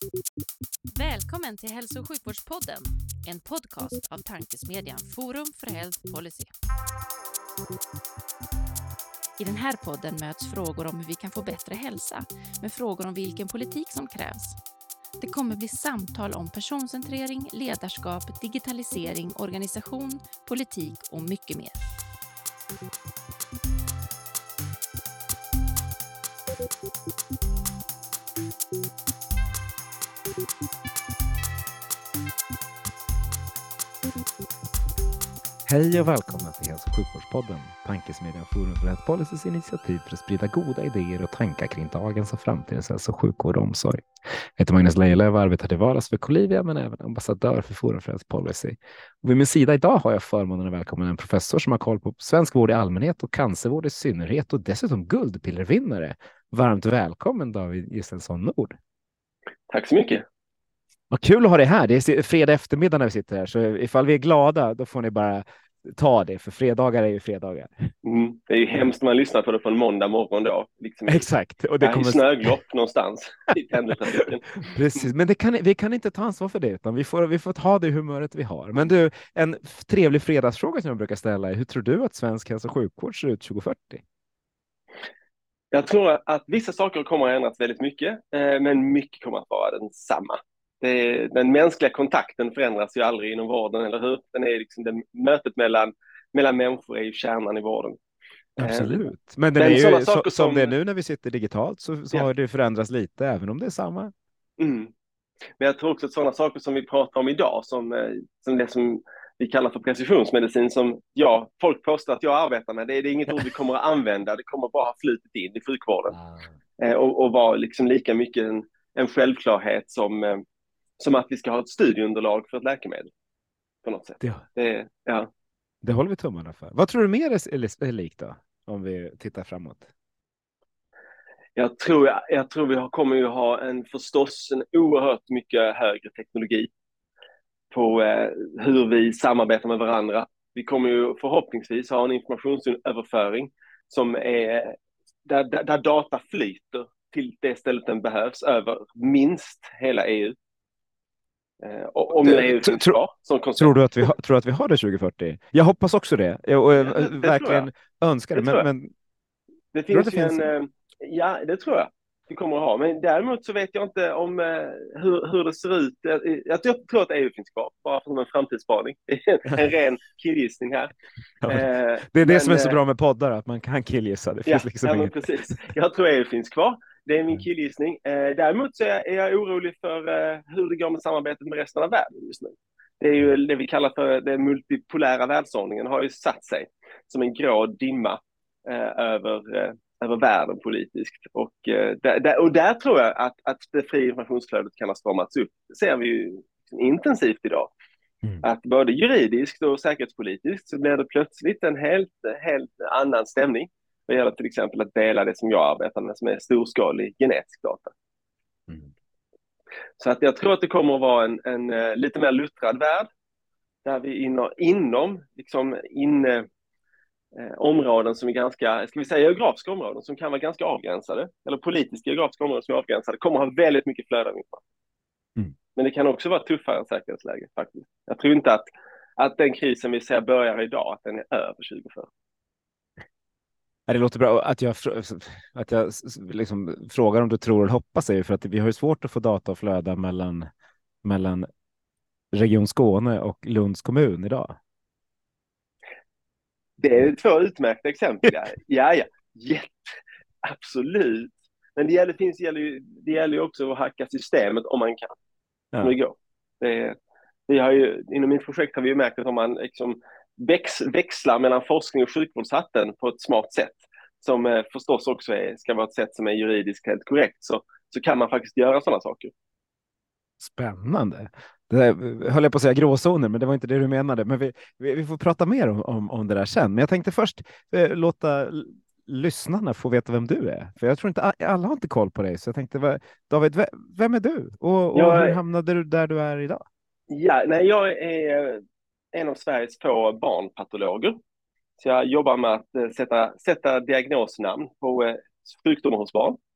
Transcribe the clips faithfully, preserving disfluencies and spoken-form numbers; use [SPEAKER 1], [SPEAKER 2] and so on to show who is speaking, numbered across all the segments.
[SPEAKER 1] Välkommen till Hälso- och sjukvårdspodden, en podcast av tankesmedjan Forum för Health Policy. I den här podden möts frågor om hur vi kan få bättre hälsa med frågor om vilken politik som krävs. Det kommer bli samtal om personcentrering, ledarskap, digitalisering, organisation, politik och mycket mer.
[SPEAKER 2] Hej och välkomna till Hälso- och sjukvårdspodden, tankesmedjan Forum för Health Policys initiativ för att sprida goda idéer och tankar kring dagens och framtidens hälso- och sjukvård och omsorg. Jag heter Magnus Lejelöw och arbetar till vardags för Colivia men även ambassadör för Forum för Health Policy. Och vid min sida idag har jag förmånen att välkomna en professor som har koll på svensk vård i allmänhet och cancervård i synnerhet och dessutom guldpillervinnare. Varmt välkommen David Giselsson Nord.
[SPEAKER 3] Tack så mycket.
[SPEAKER 2] Vad kul att ha dig här. Det är fredag eftermiddag när vi sitter här, så ifall vi är glada då får ni bara ta det, för fredagar är ju fredagar.
[SPEAKER 3] Mm, det är ju hemskt när man lyssnar på det på en måndag morgon då. Liksom
[SPEAKER 2] Exakt. Och det
[SPEAKER 3] ja,
[SPEAKER 2] kommer...
[SPEAKER 3] i snöglopp någonstans i pendeltrafiken.
[SPEAKER 2] Precis, men det kan, vi kan inte ta ansvar för det, utan vi får, vi får ta det humöret vi har. Men du, en trevlig fredagsfråga som jag brukar ställa är, hur tror du att svensk hälso- och sjukvård ser ut tjugo fyrtio?
[SPEAKER 3] Jag tror att vissa saker kommer att ändras väldigt mycket, men mycket kommer att vara densamma. Det är, den mänskliga kontakten förändras ju aldrig inom vården, eller hur? Den är liksom det, mötet mellan, mellan människor är ju kärnan i vården.
[SPEAKER 2] Absolut. Men det
[SPEAKER 3] men
[SPEAKER 2] är ju så, som,
[SPEAKER 3] som
[SPEAKER 2] det är nu när vi sitter digitalt så, så
[SPEAKER 3] ja.
[SPEAKER 2] har det förändrats lite, även om det är samma.
[SPEAKER 3] Mm. Men jag tror också att sådana saker som vi pratar om idag, som, som det som vi kallar för precisionsmedicin, som ja, folk påstår att jag arbetar med, det är, det är inget ord vi kommer att använda, det kommer bara ha flutit in i sjukvården. Ah. Och, och vara liksom lika mycket en, en självklarhet som, som att vi ska ha ett studieunderlag för ett läkemedel. På något sätt.
[SPEAKER 2] Det,
[SPEAKER 3] det, ja.
[SPEAKER 2] det håller vi tummarna för. Vad tror du mer är, är likt då, om vi tittar framåt?
[SPEAKER 3] Jag tror, jag tror vi har, kommer ju ha en förstås en oerhört mycket högre teknologi på eh, hur vi samarbetar med varandra. Vi kommer ju förhoppningsvis ha en informationsöverföring som är där, där, där data flyter till det stället den behövs över minst hela E U. Eh, och om det, E U finns kvar som koncept.
[SPEAKER 2] Tror du att vi har, tror att vi har det tjugo fyrtio? Jag hoppas också det. Jag, och,
[SPEAKER 3] ja, det, det
[SPEAKER 2] verkligen önskar det.
[SPEAKER 3] det
[SPEAKER 2] men, men
[SPEAKER 3] det finns
[SPEAKER 2] det
[SPEAKER 3] ju
[SPEAKER 2] finns
[SPEAKER 3] en... en Ja, det tror jag vi kommer att ha. Men däremot så vet jag inte om eh, hur, hur det ser ut. Jag, jag tror att E U finns kvar, bara som en framtidsspaning. En ren killgissning här.
[SPEAKER 2] Ja,
[SPEAKER 3] eh,
[SPEAKER 2] det är det
[SPEAKER 3] men,
[SPEAKER 2] som är så bra med poddar, att man kan killgissa. Det finns
[SPEAKER 3] ja,
[SPEAKER 2] liksom
[SPEAKER 3] ja,
[SPEAKER 2] inget...
[SPEAKER 3] men precis. Jag tror E U finns kvar. Det är min killgissning. Eh, däremot så är jag, är jag orolig för eh, hur det går med samarbetet med resten av världen just nu. Det är ju det vi kallar för den multipolära världsordningen, har ju satt sig som en grå dimma eh, över... Eh, över världen politiskt. Och, eh, där, och där tror jag att, att det fria informationsflödet kan ha stramats upp. Det ser vi ju intensivt idag. Mm. Att både juridiskt och säkerhetspolitiskt så blir det plötsligt en helt, helt annan stämning. Det gäller till exempel att dela det som jag arbetar med, som är storskalig genetisk data. Mm. Så att jag tror att det kommer att vara en, en, en lite mer luttrad värld, där vi inom, inom liksom inne Eh, områden som är ganska, ska vi säga geografiska områden som kan vara ganska avgränsade, eller politiska geografiska områden som är avgränsade, kommer ha väldigt mycket flöde av information. Mm. Men det kan också vara tuffare än säkerhetsläge faktiskt. Jag tror inte att, att den krisen vi ser börjar idag, att den är över tjugo fyrtio.
[SPEAKER 2] Det låter bra att jag, att jag liksom frågar om du tror eller hoppas, är för att vi har ju svårt att få data och flöda mellan, mellan Region Skåne och Lunds kommun idag.
[SPEAKER 3] Det är två utmärkta exempel. Ja, ja, jätte, absolut. Men det gäller, finns, det gäller, ju, det gäller ju också att hacka systemet om man kan. Ja. Det går. Det, vi har ju, inom mitt projekt har vi ju märkt att om man liksom väx, växlar mellan forskning och sjukvårdshatten på ett smart sätt, som eh, förstås också är, ska vara ett sätt som är juridiskt helt korrekt, så, så kan man faktiskt göra sådana saker.
[SPEAKER 2] Spännande. Det där, höll jag på att säga gråzoner, men det var inte det du menade. Men vi, vi, vi får prata mer om, om, om det där sen. Men jag tänkte först eh, låta l- lyssnarna få veta vem du är. För jag tror inte alla har inte koll på dig. Så jag tänkte, David, vem är du? Och, och
[SPEAKER 3] jag,
[SPEAKER 2] hur hamnade du där du är idag?
[SPEAKER 3] Ja, nej, jag är en av Sveriges få barnpatologer. Så jag jobbar med att sätta, sätta diagnosnamn på eh, sjukdomar hos barn.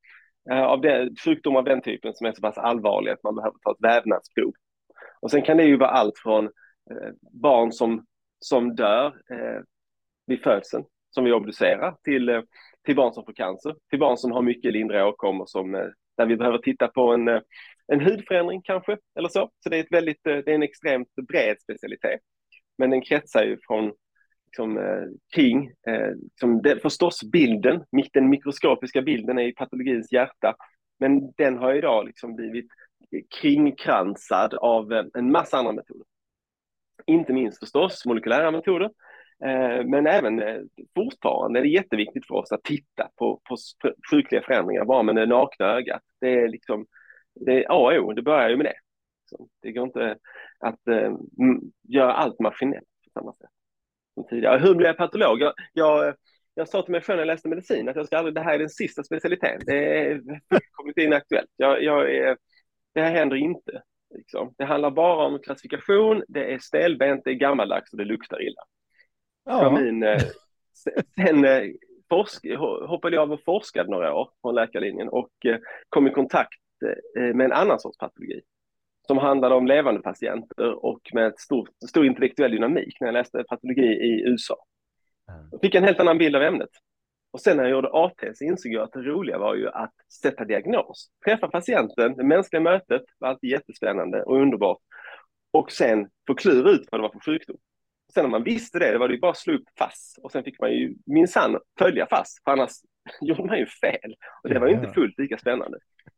[SPEAKER 3] eh, av den, sjukdomar av den typen som är så pass allvarliga att man behöver ta ett vävnadsprov. Och sen kan det ju vara allt från eh, barn som, som dör eh, vid födseln, som vi obducerar, till, eh, till barn som får cancer, till barn som har mycket lindriga åkommor som, eh, där vi behöver titta på en, eh, en hudförändring kanske, eller så. Så det är, ett väldigt, eh, det är en extremt bred specialitet. Men den kretsar ju från liksom, eh, kring, eh, liksom, det, förstås bilden, den mikroskopiska bilden är i patologins hjärta, men den har idag liksom blivit kringkransad av eh, en massa andra metoder. Inte minst förstås molekylära metoder, eh, men även eh, fortfarande är det jätteviktigt för oss att titta på, på sjukliga förändringar bara med det nakna ögat. Det är liksom, det är A och O, det börjar ju med det. Så det går inte att eh, göra allt maskinellt på samma sätt som tidigare. Hur blir jag patolog? Jag, jag, jag sa till mig själv när jag läste medicin att jag ska aldrig, det här är den sista specialiteten. Det är fullkomligt inaktuellt. Jag, jag är, det här händer inte. Liksom. Det handlar bara om klassifikation, det är stelbent, det är gammaldags och det luktar illa. Ja. Min, eh, sen eh, forsk, hoppade jag av och forskade några år på läkarlinjen och eh, kom i kontakt eh, med en annan sorts patologi som handlade om levande patienter och med ett stort, stor intellektuell dynamik när jag läste patologi i U S A. Jag fick en helt annan bild av ämnet. Och sen när jag gjorde A T så insåg jag att det roliga var ju att sätta diagnos. Träffa patienten, det mänskliga mötet var alltid jättespännande och underbart. Och sen få klura ut vad det var för sjukdom. Sen när man visste det, det var det ju bara att slå upp F A S. Och sen fick man ju minsann följa F A S, för annars gjorde man ju fel. Och det var ju inte fullt lika spännande.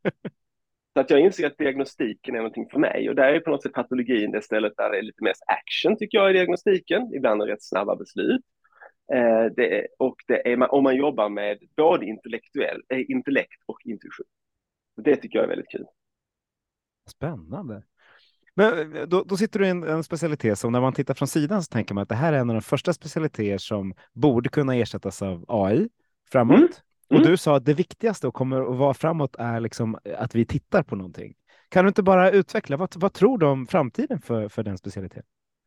[SPEAKER 3] Så att jag inser att diagnostiken är någonting för mig. Och där är på något sätt patologin det stället där det är lite mest action tycker jag i diagnostiken. Ibland är det rätt snabba beslut. Eh, det är, och det är om man jobbar med både intellektuell, eh, intellekt och intuition. Det tycker jag är väldigt kul.
[SPEAKER 2] Spännande. Men då, då sitter du i en, en specialitet som när man tittar från sidan så tänker man att det här är en av de första specialiteter som borde kunna ersättas av A I framåt. Mm. Och mm. du sa att det viktigaste och kommer att vara framåt är liksom att vi tittar på någonting. Kan du inte bara utveckla, vad, vad tror du om framtiden för, för den specialiteten?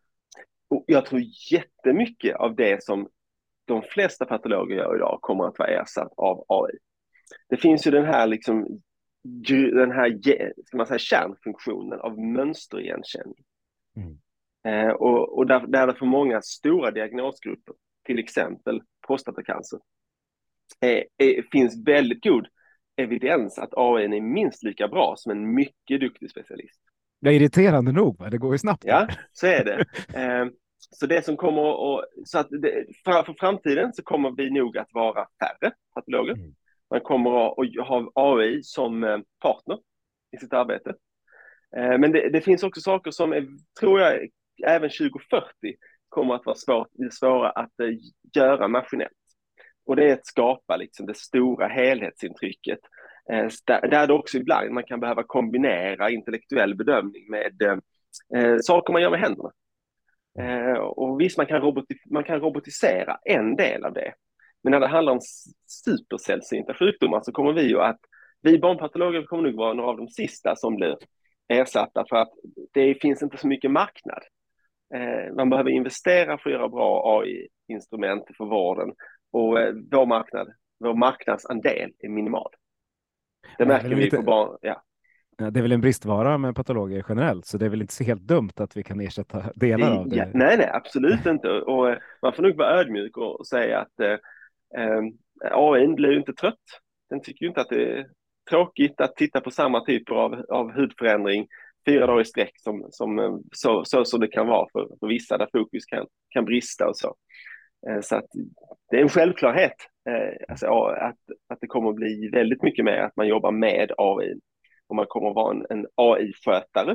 [SPEAKER 3] Jag tror jättemycket av det som de flesta patologer gör idag kommer att vara ersatt av A I. Det finns ju den här liksom den här ska man säga, kärnfunktionen av mönsterigenkänning. Mm. Eh, och och där, där är det för många stora diagnosgrupper, till exempel prostatacancer, eh, eh, finns väldigt god evidens att A I är minst lika bra som en mycket duktig specialist.
[SPEAKER 2] Det är irriterande nog, va? Det går ju snabbt.
[SPEAKER 3] Ja, så är det. Eh, så det som kommer och, så att det, för, för framtiden så kommer vi nog att vara färre patologer. Mm. Man kommer att ha A I som partner i sitt arbete. Men det, det finns också saker som är, tror jag även tjugo fyrtio kommer att vara svårt, svåra att göra maskinellt. Och det är att skapa liksom det stora helhetsintrycket. Där det också ibland man kan behöva kombinera intellektuell bedömning med eh, saker man gör med händerna. Eh, och visst, man kan, roboti- man kan robotisera en del av det. Men när det handlar om supersällsynta sjukdomar så kommer vi ju att, vi barnpatologer kommer nog vara några av de sista som blir ersatta för att det finns inte så mycket marknad. Eh, man behöver investera för att göra bra A I-instrument för vården och eh, vår marknad, vår marknadsandel är minimal. Det märker vi på barn, ja.
[SPEAKER 2] Det är väl en bristvara med patologer generellt, så det är väl inte så helt dumt att vi kan ersätta delar av det.
[SPEAKER 3] Ja, nej, nej, absolut inte. Och eh, man får nog vara ödmjuk och säga att eh, eh, A I blir ju inte trött. Den tycker ju inte att det är tråkigt att titta på samma typer av, av hudförändring fyra dagar i sträck som, som så, så, så det kan vara för, för vissa där fokus kan, kan brista och så. Eh, så att det är en självklarhet eh, alltså, att, att det kommer att bli väldigt mycket mer att man jobbar med A I. Och man kommer att vara en, en A I-skötare.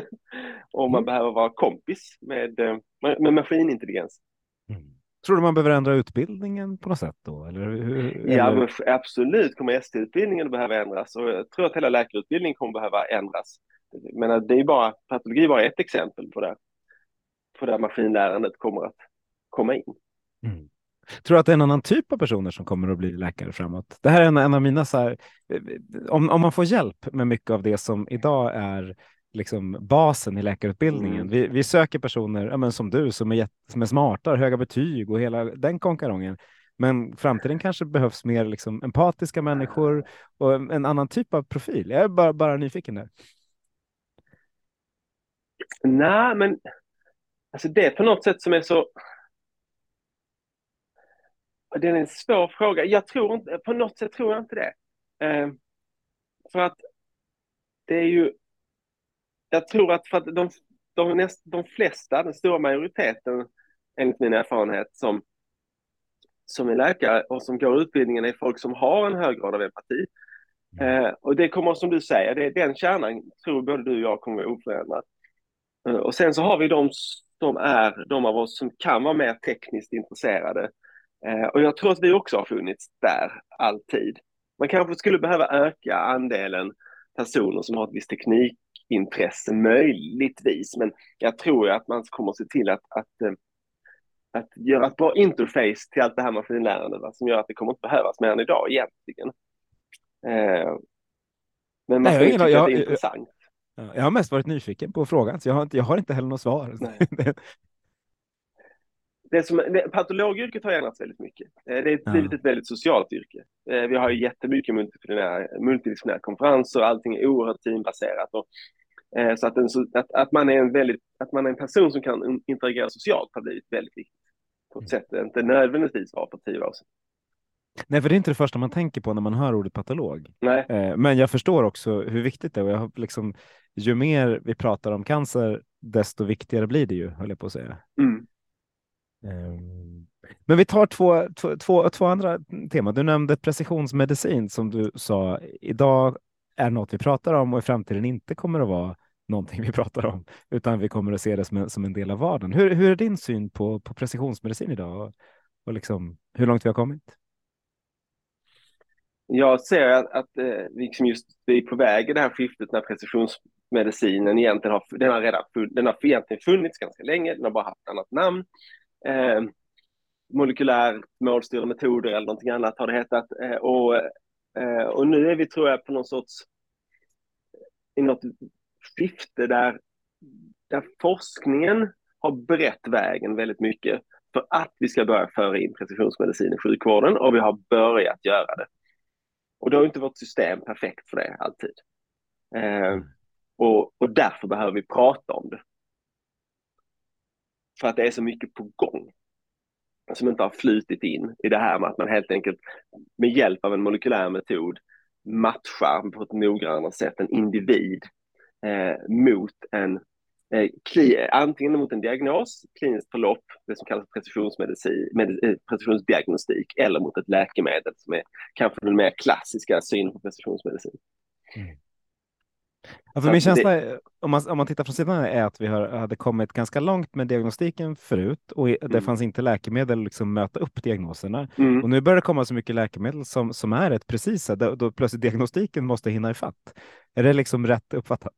[SPEAKER 3] och man mm. behöver vara kompis med, med maskinintelligens.
[SPEAKER 2] Mm. Tror du man behöver ändra utbildningen på något sätt då? Eller hur,
[SPEAKER 3] ja,
[SPEAKER 2] eller?
[SPEAKER 3] Men absolut kommer S T-utbildningen att behöva ändras. Och jag tror att hela läkarutbildningen kommer att behöva ändras. Men det är bara, patologi är bara ett exempel på det. På det maskinlärandet kommer att komma in.
[SPEAKER 2] Mm. Tror du att det är en annan typ av personer som kommer att bli läkare framåt? Det här är en, en av mina så här, om, om man får hjälp med mycket av det som idag är liksom basen i läkarutbildningen. Mm. Vi, vi söker personer ja, men som du som är, som är smarta, höga betyg och hela den konkarongen. Men framtiden kanske behövs mer liksom empatiska människor och en, en annan typ av profil. Jag är bara, bara nyfiken där.
[SPEAKER 3] Nej, men alltså det är på något sätt som är så... Det är en svår fråga. Jag tror inte, på något sätt tror jag inte det. Eh, för att det är ju... Jag tror att för att de, de, näst, de flesta, den stora majoriteten, enligt min erfarenhet, som, som är läkare och som går utbildningen är folk som har en hög grad av empati. Mm. Eh, och det kommer, som du säger, det, den kärnan tror både du och jag kommer vara oförändrad. Eh, och sen så har vi de som är, de av oss som kan vara mer tekniskt intresserade. Eh, och jag tror att vi också har funnits där alltid. Man kanske skulle behöva öka andelen personer som har ett visst teknikintresse möjligtvis, men jag tror att man kommer att se till att, att, att göra ett bra interface till allt det här maskinlärande, va, som gör att det kommer inte behövas mer än idag egentligen. Eh, men man
[SPEAKER 2] Nej,
[SPEAKER 3] ska ju
[SPEAKER 2] jag,
[SPEAKER 3] tycka
[SPEAKER 2] jag,
[SPEAKER 3] att det är
[SPEAKER 2] jag,
[SPEAKER 3] intressant.
[SPEAKER 2] jag har mest varit nyfiken på frågan, så jag har inte, jag har inte heller något svar.
[SPEAKER 3] Det som, det, patologyrket har ändrats väldigt mycket. Det är blivit
[SPEAKER 2] Ja.
[SPEAKER 3] ett väldigt socialt yrke. Vi har ju jättemycket multidisciplinära, multidisciplinära konferenser och allting är oerhört teambaserat. Och, eh, så att, en, att, att, man är en väldigt, att man är en person som kan interagera socialt har blivit väldigt viktigt. På ett sätt det inte nödvändigtvis var för tio år sedan.
[SPEAKER 2] Nej, för det är inte det första man tänker på när man hör ordet patolog.
[SPEAKER 3] Nej.
[SPEAKER 2] Eh, men jag förstår också hur viktigt det är. Och jag har liksom, ju mer vi pratar om cancer, desto viktigare blir det ju, höll jag på att säga.
[SPEAKER 3] Mm.
[SPEAKER 2] Um, men vi tar två, två, två, två andra teman. Du nämnde precisionsmedicin som du sa idag är något vi pratar om och i framtiden inte kommer att vara någonting vi pratar om, utan vi kommer att se det som en, som en del av vardagen. Hur, hur är din syn på, på precisionsmedicin idag och, och liksom, hur långt vi har kommit?
[SPEAKER 3] Jag ser att, att eh, liksom just vi är på väg i det här skiftet när precisionsmedicinen egentligen har, den har redan den har egentligen funnits ganska länge, den har bara haft ett annat namn. Eh, molekylär målstyrda metoder eller någonting annat har det hetat. Eh, och, eh, och nu är vi, tror jag, på någon sorts i något skifte där, där forskningen har brett vägen väldigt mycket för att vi ska börja föra in precisionsmedicin i sjukvården, och vi har börjat göra det. Och då är inte vårt system perfekt för det alltid. Eh, och, och därför behöver vi prata om det. För att det är så mycket på gång som inte har flutit in i det här med att man helt enkelt med hjälp av en molekylär metod matchar på ett noggrannare sätt en individ eh, mot en eh, kli, antingen mot en diagnos, kliniskt förlopp, det som kallas precisionsmedicin, med, precisionsdiagnostik, eller mot ett läkemedel som är kanske den mer klassiska syn på precisionsmedicin.
[SPEAKER 2] Mm. Ja, för min känsla, det... om, man, om man tittar från sidan, är att vi har, hade kommit ganska långt med diagnostiken förut och det mm. fanns inte läkemedel att liksom möta upp diagnoserna. Mm. Och nu börjar det komma så mycket läkemedel som, som är rätt precisa, då, då plötsligt diagnostiken måste hinna ifatt. Är det liksom rätt uppfattat?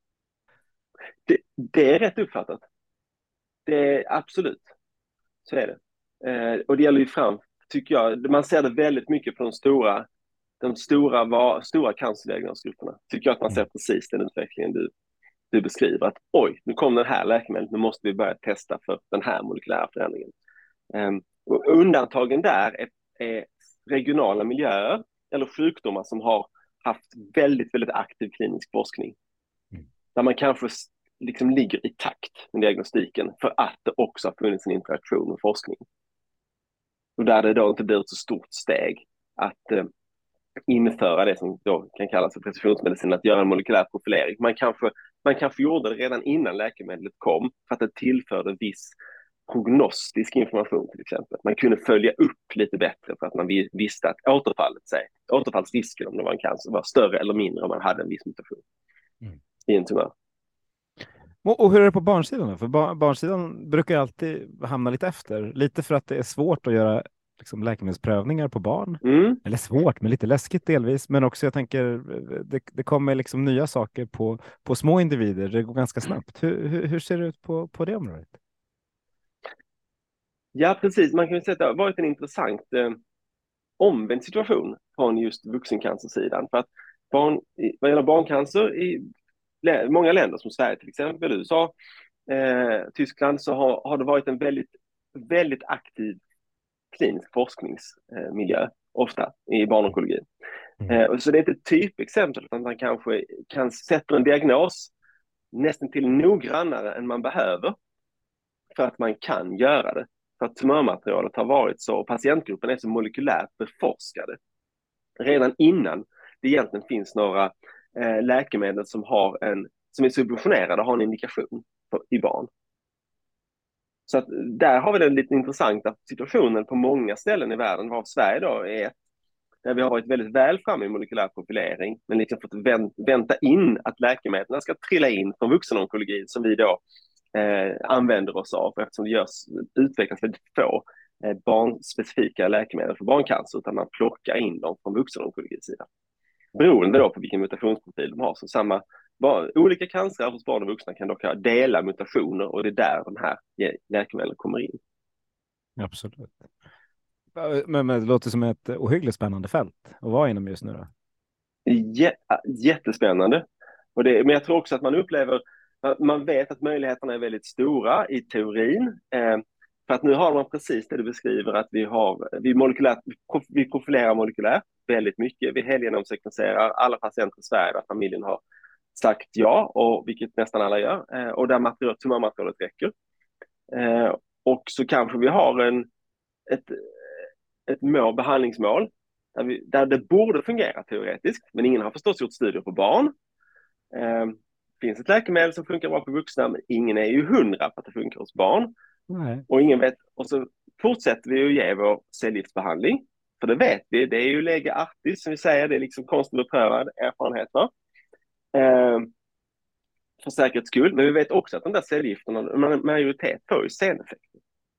[SPEAKER 3] Det, det är rätt uppfattat. Det är absolut. Så är det. Eh, och det gäller ju fram, tycker jag, man ser det väldigt mycket på de stora de stora, var, stora cancerdiagnosgrupperna. Tycker jag att man ser precis den utvecklingen du, du beskriver. Att oj, nu kom den här läkemedlet, nu måste vi börja testa för den här molekylära förändringen. Um, och undantagen där är, är regionala miljöer eller sjukdomar som har haft väldigt, väldigt aktiv klinisk forskning. Mm. Där man kanske liksom ligger i takt med diagnostiken för att det också har funnits en interaktion med forskning. Och där det då inte blir ett så stort steg att uh, införa det som då kan kallas för precisionsmedicin, att göra en molekylär profilering. Man kanske, man kanske gjorde det redan innan läkemedlet kom för att det tillförde viss prognostisk information till exempel. Man kunde följa upp lite bättre för att man visste att återfallet, säg, återfallsrisken om det var en cancer var större eller mindre om man hade en viss mutation mm. i en tumör.
[SPEAKER 2] Och hur är det på barnsidan? För barnsidan brukar alltid hamna lite efter. Lite för att det är svårt att göra liksom läkemedelsprövningar på barn. Mm. Eller svårt, men lite läskigt delvis. Men också jag tänker, det, det kommer liksom nya saker på, på små individer. Det går ganska snabbt. Hur, hur, hur ser det ut på, på det området?
[SPEAKER 3] Ja, precis. Man kan ju säga att det har varit en intressant eh, omvänd situation från just vuxencancersidan. För att barn, vad gäller barncancer i lä- många länder som Sverige till exempel, U S A, eh, Tyskland, så har, har det varit en väldigt, väldigt aktiv klinisk forskningsmiljö, ofta i barnonkologi.
[SPEAKER 2] Mm.
[SPEAKER 3] Så det är inte ett typexempel, utan man kanske kan sätta en diagnos nästan till noggrannare än man behöver för att man kan göra det. För att tumörmaterialet har varit så, och patientgruppen är så molekylärt beforskade redan innan det egentligen finns några eh, läkemedel som, har en, som är subventionerade och har en indikation för, i barn. Så att där har vi den lite intressanta situationen på många ställen i världen, varav Sverige då är ett, där vi har varit väldigt väl framme i molekylär profilering, men liksom fått vänta in att läkemedlen ska trilla in från vuxenonkologi som vi då eh, använder oss av, eftersom det görs, utvecklas väldigt få eh, barnspecifika läkemedel för barncancer, utan man plockar in dem från vuxenonkologins sida. Beroende då på vilken mutationsprofil de har. Så samma, olika cancer hos barn och vuxna kan dock dela mutationer, och det är där de här läkemedlen kommer in.
[SPEAKER 2] Absolut. Men, men det låter som ett ohyggligt spännande fält att vara inom just nu då.
[SPEAKER 3] J- jättespännande. Och det, men jag tror också att man upplever, man vet att möjligheterna är väldigt stora i teorin. Eh, för att nu har man precis det du beskriver, att vi har, vi molekylärt, vi profilerar molekylärt väldigt mycket. Vi helgenomsekvenserar alla patienter i Sverige där familjen har sagt ja, och vilket nästan alla gör, eh, och där material, tumörmaterialet räcker. Eh, och så kanske vi har en, ett, ett mål, behandlingsmål där, vi, där det borde fungera teoretiskt, men ingen har förstås gjort studier på barn. Eh, finns ett läkemedel som funkar bra på vuxna, men ingen är ju hundra på att det funkar hos barn.
[SPEAKER 2] Nej.
[SPEAKER 3] Och ingen vet, och så fortsätter vi att ge vår cellgiftsbehandling, för det vet vi, det är ju lega artis som vi säger, det är liksom konstigt beprövad erfarenhet, va? Eh, för säkerhets skull, men vi vet också att de där cellgifterna, majoritet får ju seneffekter.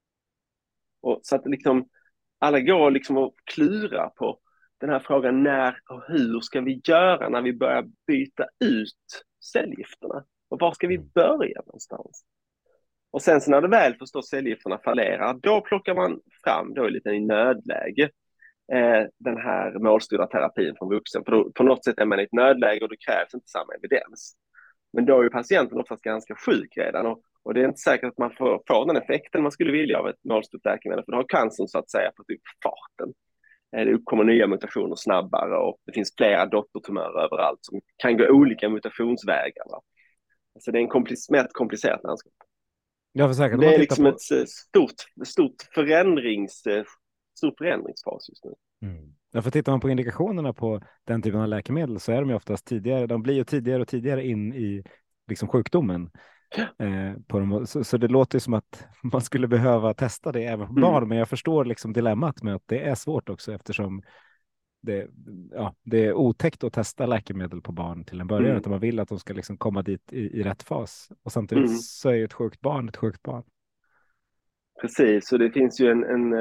[SPEAKER 3] Och så att liksom alla går liksom och klurar på den här frågan, när och hur ska vi göra när vi börjar byta ut cellgifterna? Och var ska vi börja någonstans? Och sen så när det väl förstås cellgifterna fallerar, då plockar man fram, då är lite i nödläge, eh, den här målstyrda terapin från vuxen. För då, på något sätt är man i ett nödläge och det krävs inte samma evidens. Men då är ju patienten oftast ganska sjuk redan, och, och det är inte säkert att man får, får den effekten man skulle vilja av ett målstyrt läkemedel, för då har cancern så att säga fått upp farten. Det uppkommer nya mutationer snabbare, och det finns flera dottertumörer överallt som kan gå olika mutationsvägar. Va? Alltså det är en komplic- mer komplicerat landskap.
[SPEAKER 2] Ja, för säkert.
[SPEAKER 3] Det är liksom på... ett stort, stort, förändrings, stor förändringsfas just nu.
[SPEAKER 2] Mm. Ja, för tittar man på indikationerna på den typen av läkemedel så är de ju oftast tidigare, de blir ju tidigare och tidigare in i liksom sjukdomen. Ja. Eh, på dem. Så, så det låter som att man skulle behöva testa det även på barn, mm. men jag förstår liksom dilemmat med att det är svårt också, eftersom det, ja, det är otäckt att testa läkemedel på barn till en början, mm. utan man vill att de ska liksom komma dit i, i rätt fas. Och samtidigt mm. så är ju ett sjukt barn ett sjukt barn.
[SPEAKER 3] Precis, så det finns ju en, en,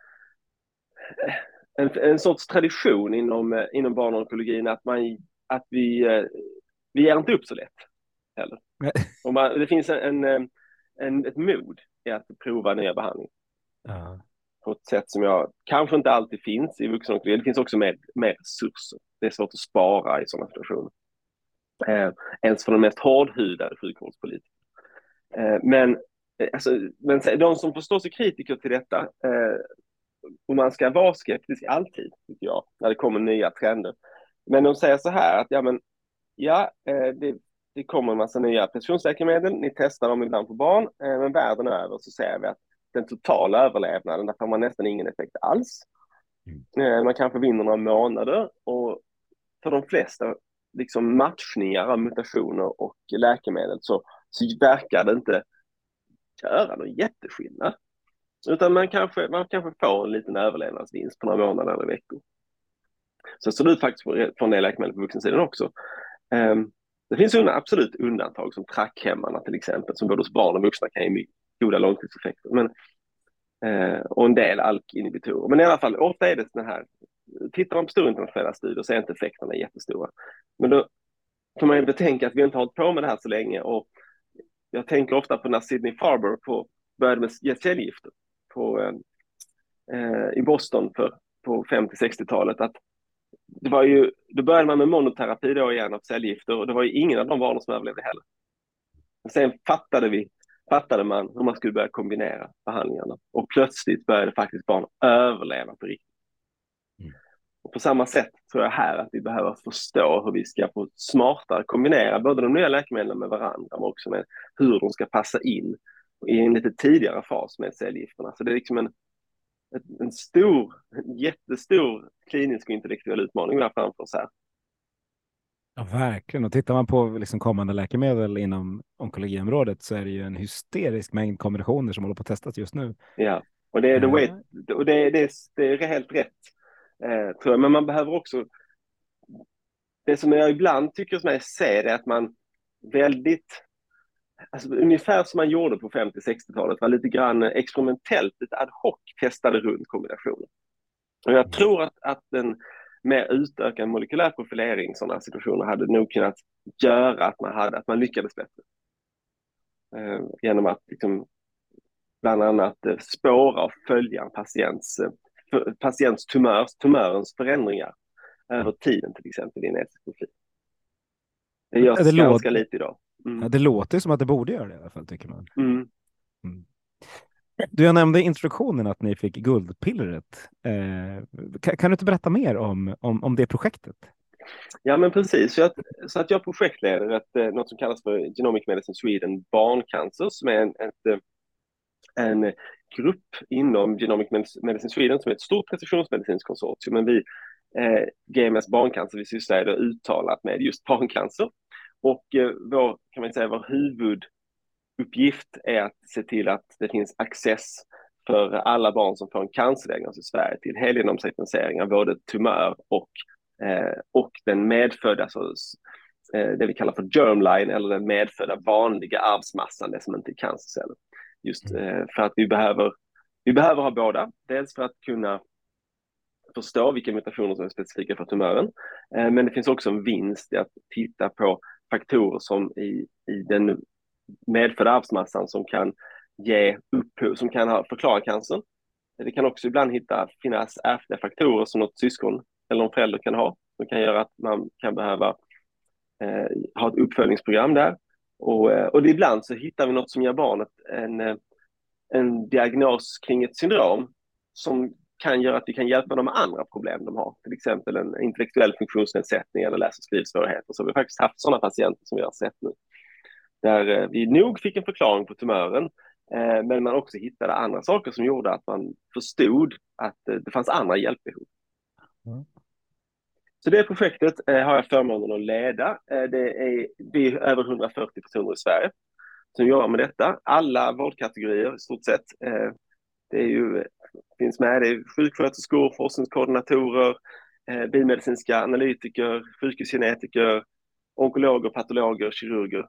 [SPEAKER 3] en, en sorts tradition inom, inom barnonkologin att, man, att vi, vi ger inte upp så lätt heller. Och man, det finns en, en, en, ett mod i att prova nya behandlingar. Ja. På ett sätt som jag kanske inte alltid finns i vuxenonkologi. Det finns också mer, mer resurser. Det är svårt att spara i sådana situationer. Eh, ens för de mest hårdhudade sjukvårdspolitiker. Eh, men, alltså, men de som förstår sig kritiker till detta, eh, och man ska vara skeptisk alltid, tycker jag, när det kommer nya trender. Men de säger så här att ja, men, ja eh, det, det kommer en massa nya precisionsläkemedel, ni testar dem ibland på barn, eh, men världen över så ser vi att den totala överlevnaden, där får man nästan ingen effekt alls. Mm. Man kanske vinner några månader, och för de flesta liksom matchningar av mutationer och läkemedel så, så verkar det inte göra någon jätteskillnad. Utan man kanske, man kanske får en liten överlevnadsvinst på några månader eller veckor. Så ser det ut faktiskt från det läkemedel på vuxensidan också. Um, det finns absolut undantag som trackhämmarna till exempel, som både hos barn och vuxna kan ge goda långtidseffekter. Men Eh, och en del alk-inhibitorer. Men i alla fall, ofta är det den här, tittar man på stora internationella studier så är inte effekterna jättestora. Men då får man ju betänka att vi inte har hållit på med det här så länge, och jag tänker ofta på när Sidney Farber på, började med cellgifter på, eh, i Boston för, på femtio-sextiotalet, att det var ju, då började man med monoterapi då igen av cellgifter, och det var ju ingen av de barnen som överlevde heller. Och sen fattade vi fattade man hur man skulle börja kombinera behandlingarna. Och plötsligt började faktiskt barn överleva på riktigt. Mm. Och på samma sätt tror jag här att vi behöver förstå hur vi ska på smartare kombinera både de nya läkemedlen med varandra, men också med hur de ska passa in i en lite tidigare fas med cellgifterna. Så det är liksom en, en stor, en jättestor klinisk och intellektuell utmaning vi har framför oss här.
[SPEAKER 2] Ja, verkligen. Och tittar man på liksom kommande läkemedel inom onkologiområdet så är det ju en hysterisk mängd kombinationer som håller på att testas just nu.
[SPEAKER 3] Ja, och det är, the way, och det, det, det är helt rätt, eh, tror jag. Men man behöver också... Det som jag ibland tycker mig se är att man väldigt... Alltså, ungefär som man gjorde på femtio-sextiotalet var lite grann experimentellt, lite ad hoc testade runt kombinationer. Och jag tror att, att en mer utökad molekylär profilering i sådana situationer hade nog kunnat göra att man, hade, att man lyckades bättre. Eh, genom att liksom, bland annat eh, spåra och följa en patients, eh, patients tumörs, tumörens förändringar över tiden, till exempel i en etisk profil. Det görs det ganska lite idag.
[SPEAKER 2] Mm. Ja, det låter som att det borde göra det i alla fall, tycker man.
[SPEAKER 3] Mm.
[SPEAKER 2] Mm. Du, jag nämnde i introduktionen att ni fick guldpillret. Eh, kan, kan du inte berätta mer om, om, om det projektet?
[SPEAKER 3] Ja, men precis. Så att, så att jag projektleder ett, något som kallas för Genomic Medicine Sweden Barncancer, som är en, ett, en grupp inom Genomic Medicine Sweden som är ett stort precisionsmedicinskt konsortium. Men vi, eh, G M S Barncancer, vi sysslar då uttalat med just barncancer. Och eh, vår, kan man säga, vår huvuduppgift är att se till att det finns access för alla barn som får en cancerdiagnos i Sverige till helgenomsekvensering av både tumör och, eh, och den medfödda, alltså, eh, det vi kallar för germline, eller den medfödda vanliga arvsmassan, det som inte är cancerceller. Just eh, för att vi behöver, vi behöver ha båda, dels för att kunna förstå vilka mutationer som är specifika för tumören, eh, men det finns också en vinst i att titta på faktorer som i, i den medfödda arvsmassan som kan ge upphov, som kan ha, förklara cancern. Det kan också ibland hitta, finnas ärftliga faktorer som något syskon eller någon förälder kan ha, som kan göra att man kan behöva eh, ha ett uppföljningsprogram där. Och, eh, och det ibland så hittar vi något som ger barnet en, en diagnos kring ett syndrom som kan göra att vi kan hjälpa dem med andra problem de har. Till exempel en intellektuell funktionsnedsättning eller läs- och skrivsvårigheter. Så vi har faktiskt haft sådana patienter som vi har sett nu. Där vi nog fick en förklaring på tumören, eh, men man också hittade andra saker som gjorde att man förstod att eh, det fanns andra hjälpbehov. Mm. Så det projektet eh, har jag förmånen att leda. Eh, det är, vi är över hundrafyrtio personer i Sverige som jobbar med detta. Alla vårdkategorier i stort sett. Eh, det är ju, finns med, det är sjuksköterskor, forskningskoordinatorer, eh, biomedicinska analytiker, sjukhusgenetiker, onkologer, patologer, kirurger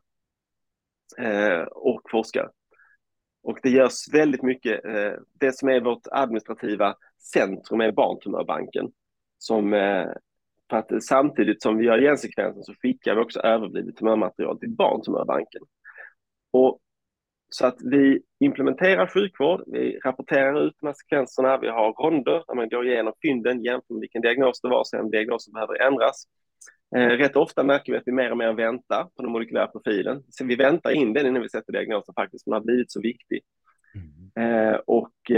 [SPEAKER 3] eh, och forskare. Och det görs väldigt mycket. Eh, det som är vårt administrativa centrum är Barntumörbanken. Som, eh, för att samtidigt som vi gör gensekvensen så skickar vi också överblivet tumörmaterial till Barntumörbanken. Och så att vi implementerar sjukvård, vi rapporterar ut de här sekvenserna, vi har ronder där man går igenom fynden, jämför med vilken diagnos det var, sen diagnosen behöver ändras. Eh, rätt ofta märker vi att vi mer och mer väntar på den molekylära profilen. Så vi väntar in den innan vi sätter diagnosen faktiskt, som har blivit så viktig. Mm. Eh, och,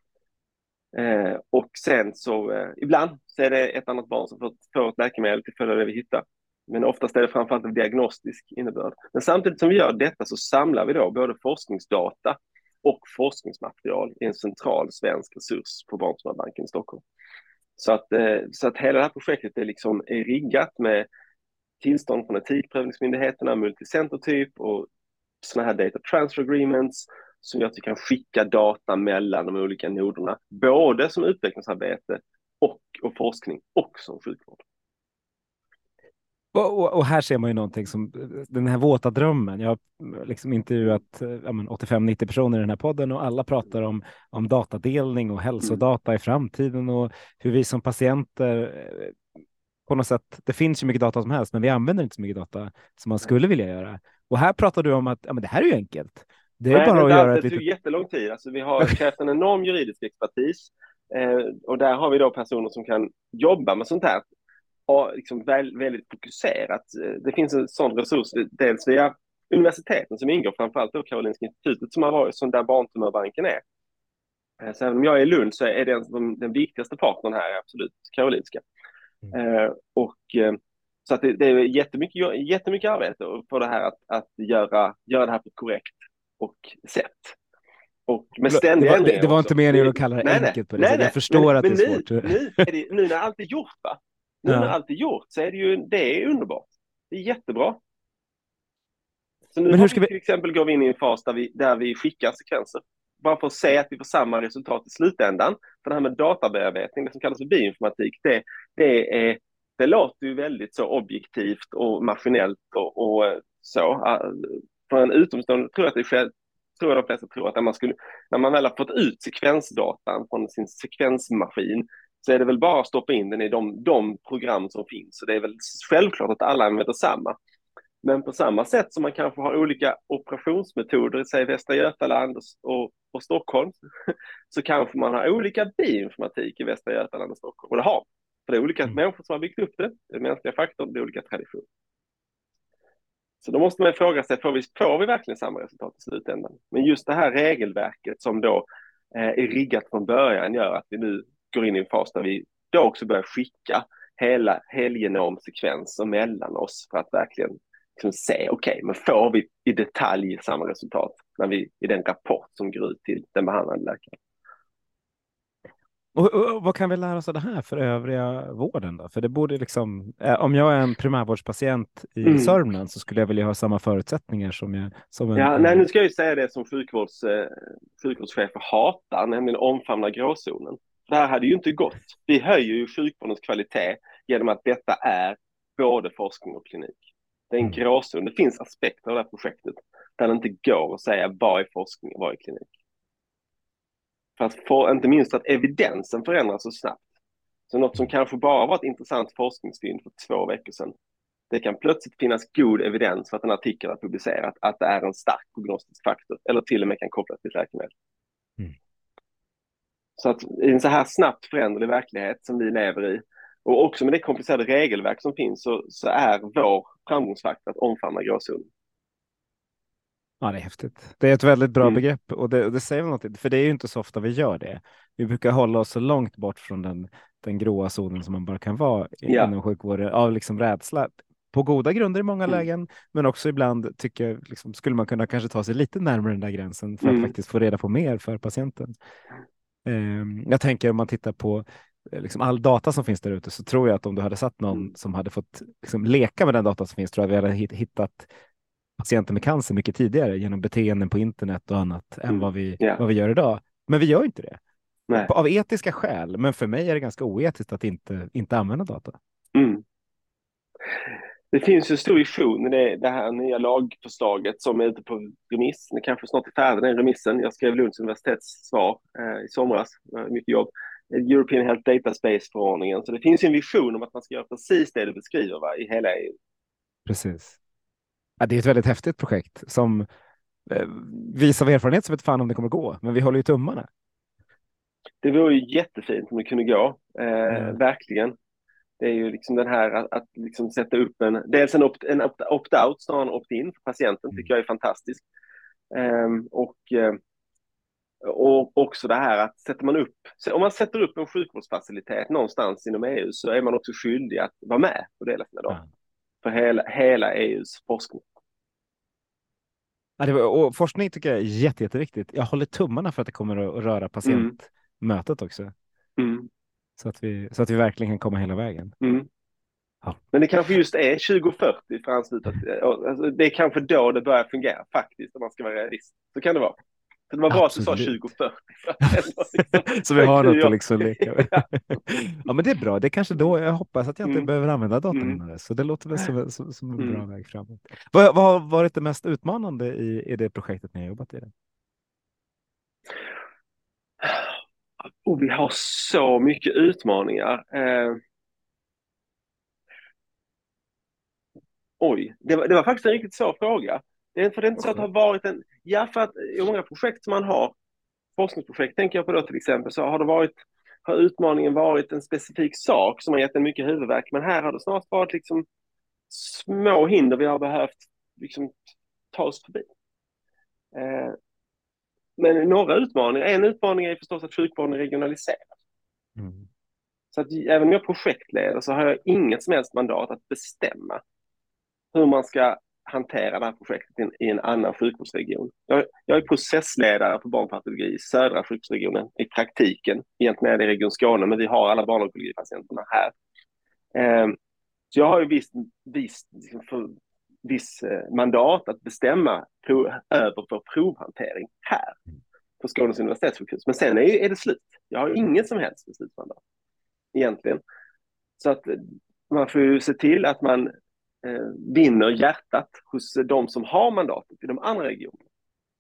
[SPEAKER 3] eh, och sen så, eh, ibland så är det ett annat barn som får, får ett läkemedel till följd av det vi hittar. Men oftast är det framförallt en diagnostisk innebörd. Men samtidigt som vi gör detta så samlar vi då både forskningsdata och forskningsmaterial i en central svensk resurs på Barntumörbanken i Stockholm. Så att, så att hela det här projektet är, liksom, är riggat med tillstånd från etikprövningsmyndigheterna, multicentertyp och sådana här data transfer agreements som gör att vi kan skicka data mellan de olika noderna, både som utvecklingsarbete och, och forskning och som sjukvård.
[SPEAKER 2] Och, och, och här ser man ju någonting som den här våta drömmen. Jag har liksom intervjuat ja, åttiofem till nittio personer i den här podden och alla pratar om, om datadelning och hälsodata i framtiden och hur vi som patienter på något sätt, det finns ju mycket data som helst men vi använder inte så mycket data som man skulle vilja göra. Och här pratar du om att ja, men det här är ju enkelt. Det är
[SPEAKER 3] Nej,
[SPEAKER 2] bara att
[SPEAKER 3] det,
[SPEAKER 2] göra
[SPEAKER 3] det
[SPEAKER 2] ett
[SPEAKER 3] tog
[SPEAKER 2] litet...
[SPEAKER 3] jättelång tid. Alltså, vi har krävt en enorm juridisk expertis eh, och där har vi då personer som kan jobba med sånt här. Och liksom väldigt fokuserat. Det finns en sån resurs, dels via universiteten som ingår, framförallt då Karolinska institutet som har varit, som där barntumörbanken är. Så även om jag är i Lund så är det den, den viktigaste partnern här är absolut Karolinska. Mm. Eh, och eh, så att det, det är jättemycket, jättemycket arbete för det här att, att göra, göra det här på ett korrekt och sätt. Och med ständiga
[SPEAKER 2] det, var, det, det var inte meningen att kalla det
[SPEAKER 3] nej,
[SPEAKER 2] enkelt
[SPEAKER 3] nej,
[SPEAKER 2] på det sättet. Jag förstår
[SPEAKER 3] men,
[SPEAKER 2] att
[SPEAKER 3] men
[SPEAKER 2] det är
[SPEAKER 3] nu,
[SPEAKER 2] svårt.
[SPEAKER 3] Nu, är det, nu när allt är gjort, va? Nu ja. när allt är gjort så är det ju, det är underbart. Det är jättebra. Så nu men hur ska vi till exempel går vi in i en fas där vi, där vi skickar sekvenser. Bara för att se att vi får samma resultat i slutändan. För det här med databearbetning, det som kallas för bioinformatik, det, det, är, det låter ju väldigt så objektivt och maskinellt och, och så. För en utomstående tror jag att det är själv, tror jag de flesta tror att när man, skulle, när man väl har fått ut sekvensdatan från sin sekvensmaskin så är det väl bara att stoppa in den i de, de program som finns. Så det är väl självklart att alla använder samma. Men på samma sätt som man kanske har olika operationsmetoder i sig Västra Götaland och, och Stockholm så kanske man har olika bioinformatik i Västra Götaland och Stockholm. Och det har. För det är olika mm. människor som har byggt upp det. Det är mänskliga faktorer, det är olika traditioner. Så då måste man fråga sig, får vi, får vi verkligen samma resultat i slutändan? Men just det här regelverket som då eh, är riggat från början gör att vi nu går in i en fas där vi då också börjar skicka hela helgenomsekvenser mellan oss för att verkligen liksom se, okej, okay, men får vi i detalj samma resultat när vi i den rapport som går ut till den behandlande läkaren?
[SPEAKER 2] Och, och, och vad kan vi lära oss av det här för övriga vården då? För det borde liksom, eh, om jag är en primärvårdspatient i mm. Sörmland så skulle jag vilja ha samma förutsättningar som jag... Som en,
[SPEAKER 3] ja,
[SPEAKER 2] en...
[SPEAKER 3] nej, nu ska jag ju säga det som sjukvårds, eh, sjukvårdschefer hatar, nämligen omfamna gråzonen. Det här hade ju inte gått. Vi höjer ju sjukvårdens kvalitet genom att detta är både forskning och klinik. Det är en gråzon. Det finns aspekter av det här projektet där det inte går att säga vad är forskning och vad är klinik. För att få, inte minst att evidensen förändras så snabbt. Så något som kanske bara var ett intressant forskningsfynd för två veckor sedan. Det kan plötsligt finnas god evidens för att en artikel har publicerat att det är en stark prognostisk faktor eller till och med kan kopplas till läkemedel. Mm. Så att i en så här snabbt föränderlig verklighet som vi lever i och också med det komplicerade regelverk som finns så, så är vår framgångsfaktor att omfamna gråzonen.
[SPEAKER 2] Ja, det är häftigt. Det är ett väldigt bra
[SPEAKER 3] mm.
[SPEAKER 2] begrepp och det, det säger något, för det är ju inte så ofta vi gör det. Vi brukar hålla oss så långt bort från den, den gråa zonen som man bara kan vara
[SPEAKER 3] ja.
[SPEAKER 2] inom sjukvården av liksom rädsla. På goda grunder i många mm. lägen, men också ibland tycker jag liksom, skulle man kunna kanske ta sig lite närmare den där gränsen för mm. att faktiskt få reda på mer för patienten. Um, jag tänker om man tittar på liksom all data som finns där ute så tror jag att om du hade satt någon mm. som hade fått liksom leka med den data som finns tror jag att vi hade hittat patienter med cancer mycket tidigare genom beteenden på internet och annat mm. än vad vi, yeah. vad vi gör idag. Men vi gör inte det. Nej. Av etiska skäl, men för mig är det ganska oetiskt att inte, inte använda data.
[SPEAKER 3] Mm. Det finns ju stor vision i det, det här nya lagförslaget som är ute på remiss. Det kanske snart är färdig den remissen. Jag skrev Lunds universitets svar eh, i somras. Mycket jobb. European Health Data Space-förordningen. Så det finns ju en vision om att man ska göra precis det du beskriver va, i hela E U.
[SPEAKER 2] Precis. Ja, det är ett väldigt häftigt projekt som eh, visar av erfarenhet som vet fan om det kommer gå. Men vi håller ju tummarna.
[SPEAKER 3] Det vore ju jättefint om det kunde gå. Eh, mm. Verkligen. Det är ju liksom den här att, att liksom sätta upp en, dels en, opt, en opt-out snarare än opt-in för patienten tycker jag är fantastisk. Um, och, och också det här att sätter man upp, om man sätter upp en sjukvårdsfacilitet någonstans inom E U så är man också skyldig att vara med och dela sina data. Mm. För hela, hela E U:s forskning.
[SPEAKER 2] Ja, det var, och forskning tycker jag är jätte, jätteviktigt. Jag håller tummarna för att det kommer att röra patientmötet mm. också. Mm. Så att, vi, så att vi verkligen kan komma hela vägen.
[SPEAKER 3] Mm. Ja. Men det kanske just är tjugo fyrtio för anslutat. Alltså, det är kanske då det börjar fungera faktiskt om man ska vara realist. Så kan det vara. Så det var bra Absolut. Att du sa tjugo fyrtio.
[SPEAKER 2] Liksom, så vi har något att liksom leka med. ja. ja men det är bra. Det är kanske då jag hoppas att jag inte mm. behöver använda datorn mm. innan det. Så det låter väl som, som, som en mm. bra väg framåt. Vad, vad har varit det mest utmanande i, i det projektet ni har jobbat i? Det?
[SPEAKER 3] Och vi har så mycket utmaningar. Eh... Oj, det var, det var faktiskt en riktigt svår fråga. Det är, för det är inte så att det har varit en... Ja, för att i många projekt som man har, forskningsprojekt tänker jag på då till exempel, så har det varit, har utmaningen varit en specifik sak som har gett en mycket huvudvärk. Men här har det snart varit liksom små hinder vi har behövt liksom ta oss förbi. Eh, men några utmaningar, en utmaning är förstås att sjukvården är regionaliserad.
[SPEAKER 2] Mm.
[SPEAKER 3] Så att även om jag är projektledare så har jag inget som helst mandat att bestämma hur man ska hantera det här projektet i en, i en annan sjukvårdsregion. Jag, jag är processledare för barnpatologi i södra sjukvårdsregionen i praktiken, egentligen är det i Region Skåne, men vi har alla barnonkologipatienterna här. Eh, så jag har ju visst, visst, liksom för, viss eh, mandat att bestämma prov, över för provhantering här på Skånes universitetssjukhus. Men sen är, är det slut. Jag har inget som helst beslutsmandat egentligen. Så att man får ju se till att man eh, vinner hjärtat hos de som har mandatet i de andra regionerna.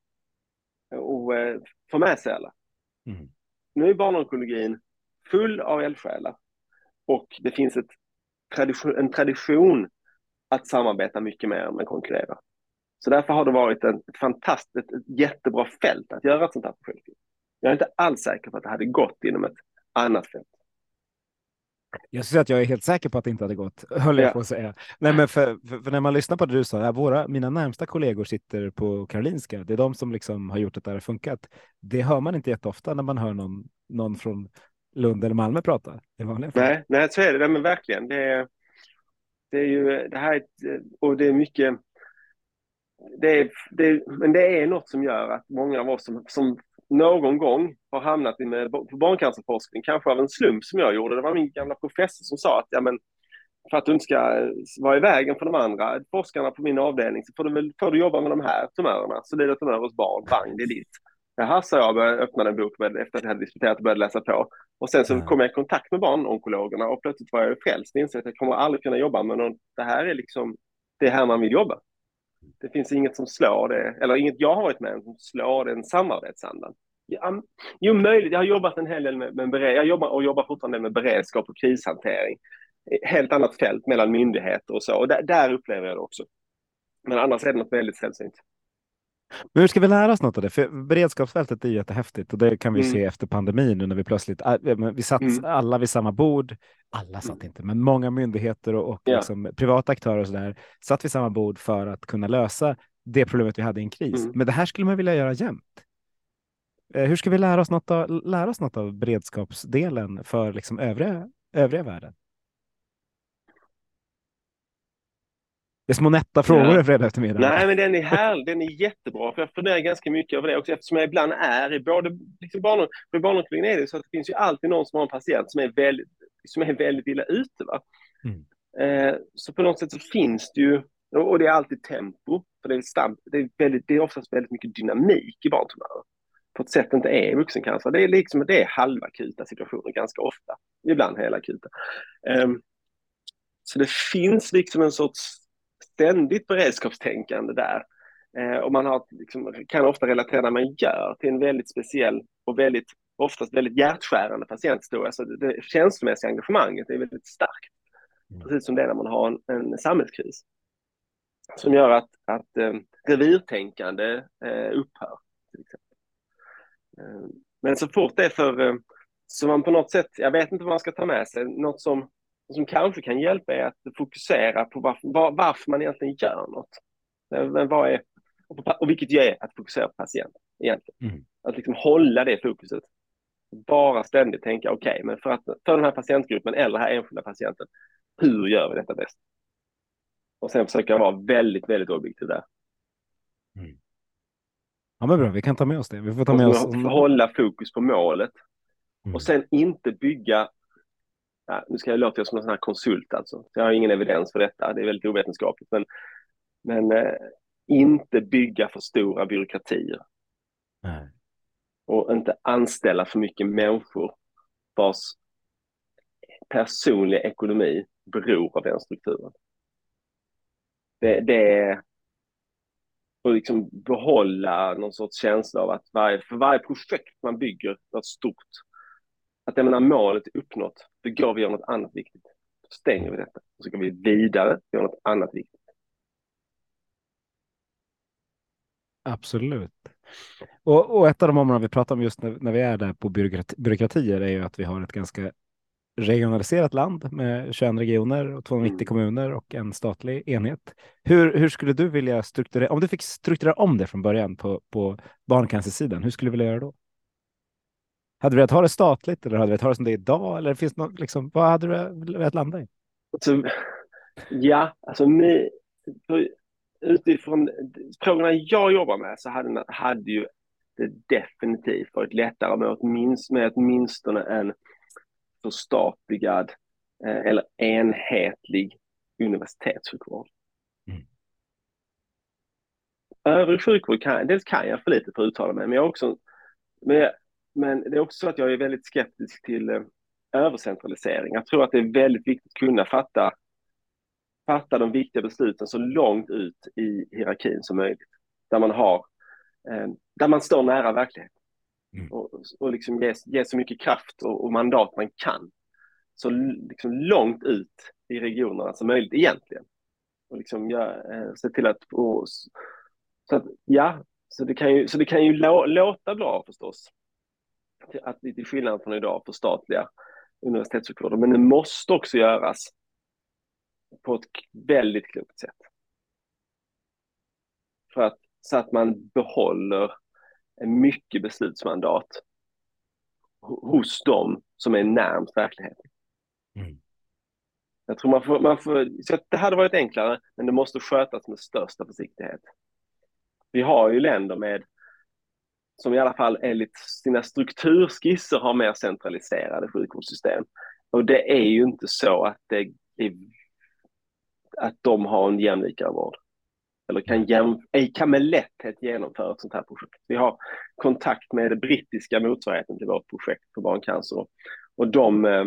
[SPEAKER 3] Och eh, få med sig alla.
[SPEAKER 2] Mm.
[SPEAKER 3] Nu är barnonkologin full av eldsjälar. Och det finns ett tradition, en tradition att samarbeta mycket mer än konkurrera. Så därför har det varit en, ett fantastiskt, ett, ett jättebra fält att göra ett sånt här projekt. Jag är inte alls säker på att det hade gått inom ett annat fält.
[SPEAKER 2] Jag skulle säga att jag är helt säker på att det inte hade gått, höll jag
[SPEAKER 3] Ja.
[SPEAKER 2] på att säga. Nej, men för, för, för när man lyssnar på det du sa, ja, våra, mina närmsta kollegor sitter på Karolinska. Det är de som liksom har gjort att det här funkat. Det hör man inte jätteofta när man hör någon, någon från Lund eller Malmö prata. Det är vanliga fall.
[SPEAKER 3] Nej, nej, så är det. Nej, men verkligen. Det är, det är ju det här, och det är mycket, det är, det, men det är något som gör att många av oss som, som någon gång har hamnat i med barncancerforskning, kanske av en slump som jag gjorde. Det var min gamla professor som sa att ja, men för att du inte ska vara i vägen för de andra forskarna på min avdelning så får du, väl, får du jobba med de här tumörerna. Så det är tumörer hos barn, bang, det är ditt. Jaha, så jag började öppna en bok med, efter att jag hade disputerat och började läsa på. Och sen så
[SPEAKER 2] Mm.
[SPEAKER 3] kom jag i kontakt med barnonkologerna och plötsligt var jag frälst och insåg att jag kommer aldrig kunna jobba med någon. Det här är liksom, det är här man vill jobba. Det finns inget som slår det, eller inget jag har varit med som slår den samarbetsandan. Ja, jo, möjligt. Jag har jobbat en hel del med, med bered, jag jobbar och jobbar fortfarande med beredskap och krishantering. Helt annat fält mellan myndigheter och så. Och där, där upplever jag det också. Men annars är det något väldigt sällsynt.
[SPEAKER 2] Men hur ska vi lära oss något av det? För beredskapsfältet är jättehäftigt och det kan vi
[SPEAKER 3] Mm.
[SPEAKER 2] se efter pandemin nu när vi plötsligt, äh, vi satt
[SPEAKER 3] Mm.
[SPEAKER 2] alla vid samma bord, alla satt
[SPEAKER 3] Mm.
[SPEAKER 2] inte, men många myndigheter och, och
[SPEAKER 3] Ja.
[SPEAKER 2] liksom privata aktörer och så där satt vid samma bord för att kunna lösa det problemet vi hade i en kris.
[SPEAKER 3] Mm.
[SPEAKER 2] Men det här skulle man vilja göra jämt. Eh, hur ska vi lära oss något av, lära oss något av beredskapsdelen för liksom övriga, övriga världen? Det är små nätta frågor
[SPEAKER 3] Ja.
[SPEAKER 2] en fredag eftermiddag.
[SPEAKER 3] Nej, men den är härlig, den är jättebra. För jag funderar ganska mycket över det också, eftersom jag ibland är i både liksom barn, för barnonkologin är det så att det finns ju alltid någon som har en patient som är väldigt, som är väldigt illa ute. Va?
[SPEAKER 2] Mm.
[SPEAKER 3] Eh, så på något sätt så finns det ju, och det är alltid tempo, för det är, stamp, det är, väldigt, det är oftast väldigt mycket dynamik i barntumörer. På ett sätt inte är vuxencancer. Det är liksom det är halvakuta situationer ganska ofta, ibland hela akuta. Eh, så det finns liksom en sorts ständigt beredskapstänkande där. Eh, och man har, liksom, kan ofta relatera när man gör till en väldigt speciell och väldigt, oftast väldigt hjärtskärande patienthistoria. Så det, det känslomässiga engagemanget är väldigt starkt. Mm. Precis som det är när man har en, en samhällskris. Som gör att, att eh, revirtänkande eh, upphör. Till exempel. Eh, men så fort det är för, eh, så man på något sätt, jag vet inte vad man ska ta med sig, något som som kanske kan hjälpa är att fokusera på varför, var, varför man egentligen gör något. Men vad är, och vilket ju är att fokusera på patienten egentligen. Mm. Att liksom hålla det fokuset. Bara ständigt tänka, okej, okay, men för, att, för den här patientgruppen eller den här enskilda patienten, hur gör vi detta bäst? Och sen försöka vara väldigt, väldigt objektiv där.
[SPEAKER 2] Mm. Ja, men bra, vi kan ta med oss det. Vi får ta med
[SPEAKER 3] och
[SPEAKER 2] oss...
[SPEAKER 3] hålla fokus på målet. Mm. Och sen inte bygga... Ja, nu ska jag låta som en sån här konsult alltså. Jag har ingen evidens för detta. Det är väldigt ovetenskapligt. Men, men eh, inte bygga för stora byråkratier.
[SPEAKER 2] Nej.
[SPEAKER 3] Och inte anställa för mycket människor vars personliga ekonomi beror av den strukturen. Det, det är att liksom behålla någon sorts känsla av att varje, för varje projekt man bygger något stort, att det menar målet är uppnått, då går vi göra något annat viktigt. Då stänger vi detta. Och så går vi vidare och gör något annat viktigt.
[SPEAKER 2] Absolut. Och, och ett av de områden vi pratar om just när, när vi är där på byråkrati, byråkratier är ju att vi har ett ganska regionaliserat land med tjugoett regioner och tvåhundranittio
[SPEAKER 3] Mm.
[SPEAKER 2] kommuner och en statlig enhet. Hur, hur skulle du vilja strukturera, om du fick strukturera om det från början på, på barncancersidan, hur skulle du vilja göra då? Hade du velat ha det statligt eller hade du velat ha det som det är idag? Eller finns det något, liksom, vad hade du velat landa i?
[SPEAKER 3] Så, ja, alltså med, för, utifrån frågorna jag jobbar med så hade, hade ju det definitivt varit lättare med åtminstone, med åtminstone en förstatligad eh, eller enhetlig universitetssjukvård.
[SPEAKER 2] Mm.
[SPEAKER 3] Övrig sjukvård kan, dels kan jag för lite för att uttala mig, men jag också, men, men det är också så att jag är väldigt skeptisk till eh, övercentralisering. Jag tror att det är väldigt viktigt att kunna fatta fatta de viktiga besluten så långt ut i hierarkin som möjligt. Där man har, eh, där man står nära verkligheten. Mm. Och, och liksom ge, ge så mycket kraft och, och mandat man kan. Så liksom långt ut i regionerna som möjligt egentligen. Och liksom ja, eh, se till att, och, så att, ja, så det kan ju, så det kan ju lå, låta bra förstås. Att det till skillnad från idag för statliga universitetssjukvård. Men det måste också göras på ett väldigt klokt sätt. För att, så att man behåller en mycket beslutsmandat hos dem som är närmast verkligheten. Mm. Jag tror man får, man får, så att det hade varit enklare, men det måste skötas med största försiktighet. Vi har ju länder med, som i alla fall enligt sina strukturskisser har mer centraliserade sjukvårdssystem. Och det är ju inte så att det är att de har en jämlikare vård. Eller kan, jäm, kan med lätthet genomföra ett sånt här projekt. Vi har kontakt med det brittiska motsvarigheten till vårt projekt för barncancer. Och de eh,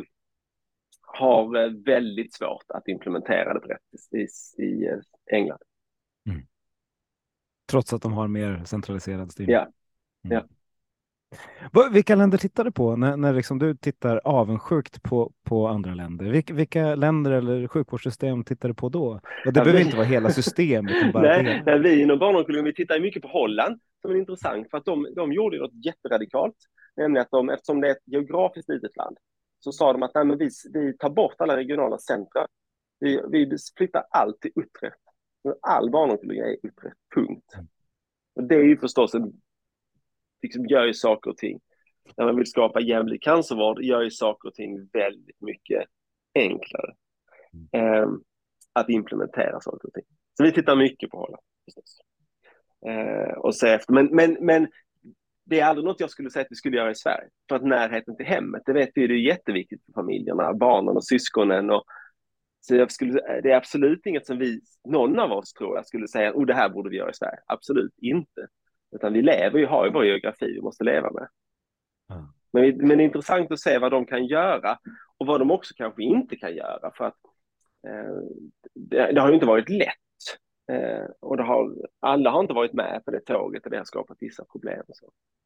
[SPEAKER 3] har väldigt svårt att implementera det brett i, i eh, England.
[SPEAKER 2] Mm. Trots att de har mer centraliserad styrning.
[SPEAKER 3] Ja.
[SPEAKER 2] Mm.
[SPEAKER 3] Ja.
[SPEAKER 2] Vilka länder tittar du på när, när liksom du tittar avundsjukt på, på andra länder? Vilka, vilka länder eller sjukvårdssystem tittar du på då? Och det ja, behöver vi... inte vara hela systemet. Bara
[SPEAKER 3] nej, nej, vi inom barnonkologi, vi tittar mycket på Holland som är intressant för att de, de gjorde något jätteradikalt. Nämligen att de, eftersom det är ett geografiskt litet land, så sa de att nej, men vi, vi tar bort alla regionala centra. Vi, vi flyttar allt till Utrecht. All barnonkologi är Utrecht, punkt. Och det är ju förstås en liksom gör ju saker och ting. När man vill skapa jämlik cancervård gör ju saker och ting väldigt mycket enklare mm. eh, att implementera saker och ting. Så vi tittar mycket på Holland förstås. Eh, och se efter. Men, men, men det är aldrig något jag skulle säga att vi skulle göra i Sverige. För att närheten till hemmet, det vet vi, det är jätteviktigt för familjerna, barnen och syskonen. Och, så jag skulle, det är absolut inget som vi, någon av oss tror jag skulle säga, oh det här borde vi göra i Sverige. Absolut inte. Utan vi lever ju, har ju vår geografi vi måste leva med. Mm. Men, vi, men det är intressant att se vad de kan göra och vad de också kanske inte kan göra. För att eh, det, det har ju inte varit lätt. Eh, och det har, alla har inte varit med på det tåget och det har skapat vissa problem. Och, så.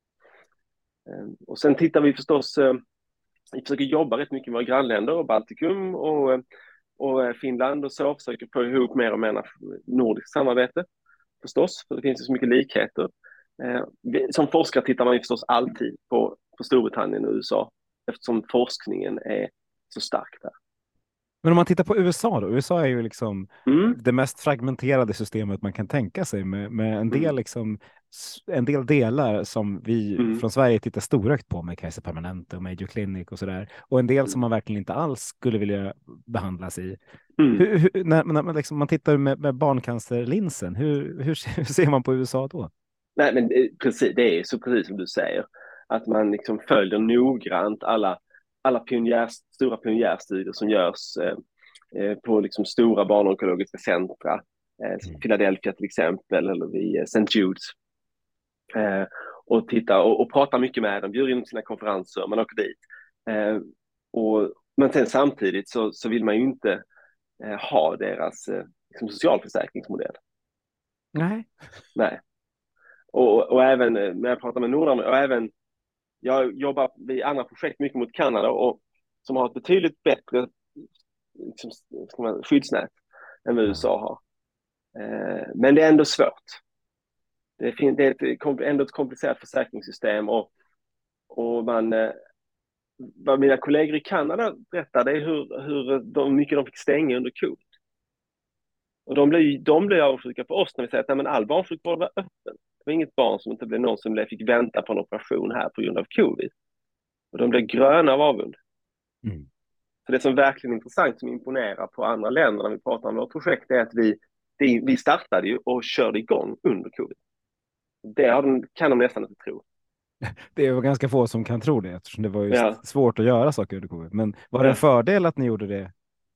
[SPEAKER 3] Eh, och sen tittar vi förstås, eh, vi försöker jobba rätt mycket med våra grannländer och Baltikum och, och Finland och så. Försöker få ihop mer och mer nordiskt samarbete förstås. För det finns ju så mycket likheter. Som forskare tittar man ju förstås alltid på, på Storbritannien och U S A eftersom forskningen är så stark där.
[SPEAKER 2] Men om man tittar på U S A då, U S A är ju liksom
[SPEAKER 3] mm.
[SPEAKER 2] det mest fragmenterade systemet man kan tänka sig med, med en del mm. liksom en del delar som vi mm. från Sverige tittar storögt på med Kaiser Permanente och Mayo Clinic och sådär. Och en del mm. som man verkligen inte alls skulle vilja behandlas i. Mm. Hur, hur, när, när man, liksom, man tittar med, med barncancerlinsen, hur, hur, hur ser man på U S A då?
[SPEAKER 3] Nej, men precis, det är så precis som du säger. Att man liksom följer noggrant alla, alla pionjär, stora pionjärstudier som görs eh, på liksom stora barnonkologiska centra. Eh, mm. Philadelphia till exempel, eller vid Saint Jude's. Eh, och tittar och, och pratar mycket med dem, bjuder in sina konferenser, man åker dit. Eh, och, men sen samtidigt så, så vill man ju inte eh, ha deras eh, liksom socialförsäkringsmodell.
[SPEAKER 2] Nej.
[SPEAKER 3] Nej. Och, och även när jag pratar med Nordamerika, och även jag jobbar vid andra projekt mycket mot Kanada och som har ett betydligt bättre liksom, ska man, skyddsnät än vad U S A har. Eh, men det är ändå svårt. Det är, det är ett, ändå ett komplicerat försäkringssystem och, och man, eh, vad mina kollegor i Kanada berättade är hur, hur de, mycket de fick stänga under covid. Och de blev, de blev avundsjuka på oss när vi säger att nej, men all barnsjukvård var öppen. Det var inget barn som inte blev någon som blev, fick vänta på en operation här på grund av covid. Och de blev gröna av avund.
[SPEAKER 2] Mm.
[SPEAKER 3] Så det som verkligen är intressant, som imponerar på andra länder när vi pratar om vårt projekt, är att vi, det, vi startade ju och körde igång under covid. Det har de, kan de nästan inte tro.
[SPEAKER 2] Det är ganska få som kan tro det, eftersom det var ju
[SPEAKER 3] Ja.
[SPEAKER 2] svårt att göra saker under covid. Men var det en fördel att ni gjorde det?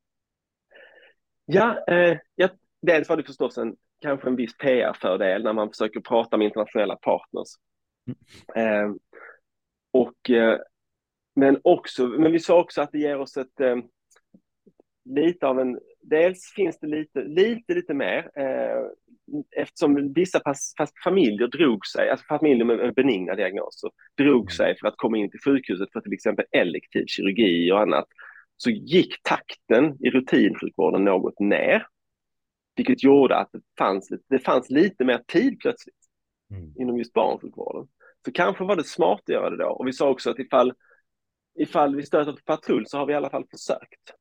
[SPEAKER 3] Ja, eh, ja, dels var det förstås en, kanske en viss P R-fördel när man försöker prata med internationella partners. Eh, och, eh, men, också, men vi sa också att det ger oss ett eh, lite av en... Dels finns det lite, lite, lite mer eh, eftersom vissa pass, fast familjer drog sig, alltså familjer med benigna diagnoser drog sig för att komma in till sjukhuset för till exempel elektiv kirurgi och annat, så gick takten i rutinsjukvården något ner, vilket gjorde att det fanns, det fanns lite mer tid plötsligt mm. inom just barnsjukvården. Så kanske var det smart att göra det då. Och vi sa också att ifall, ifall vi stöter på patrull så har vi i alla fall försökt.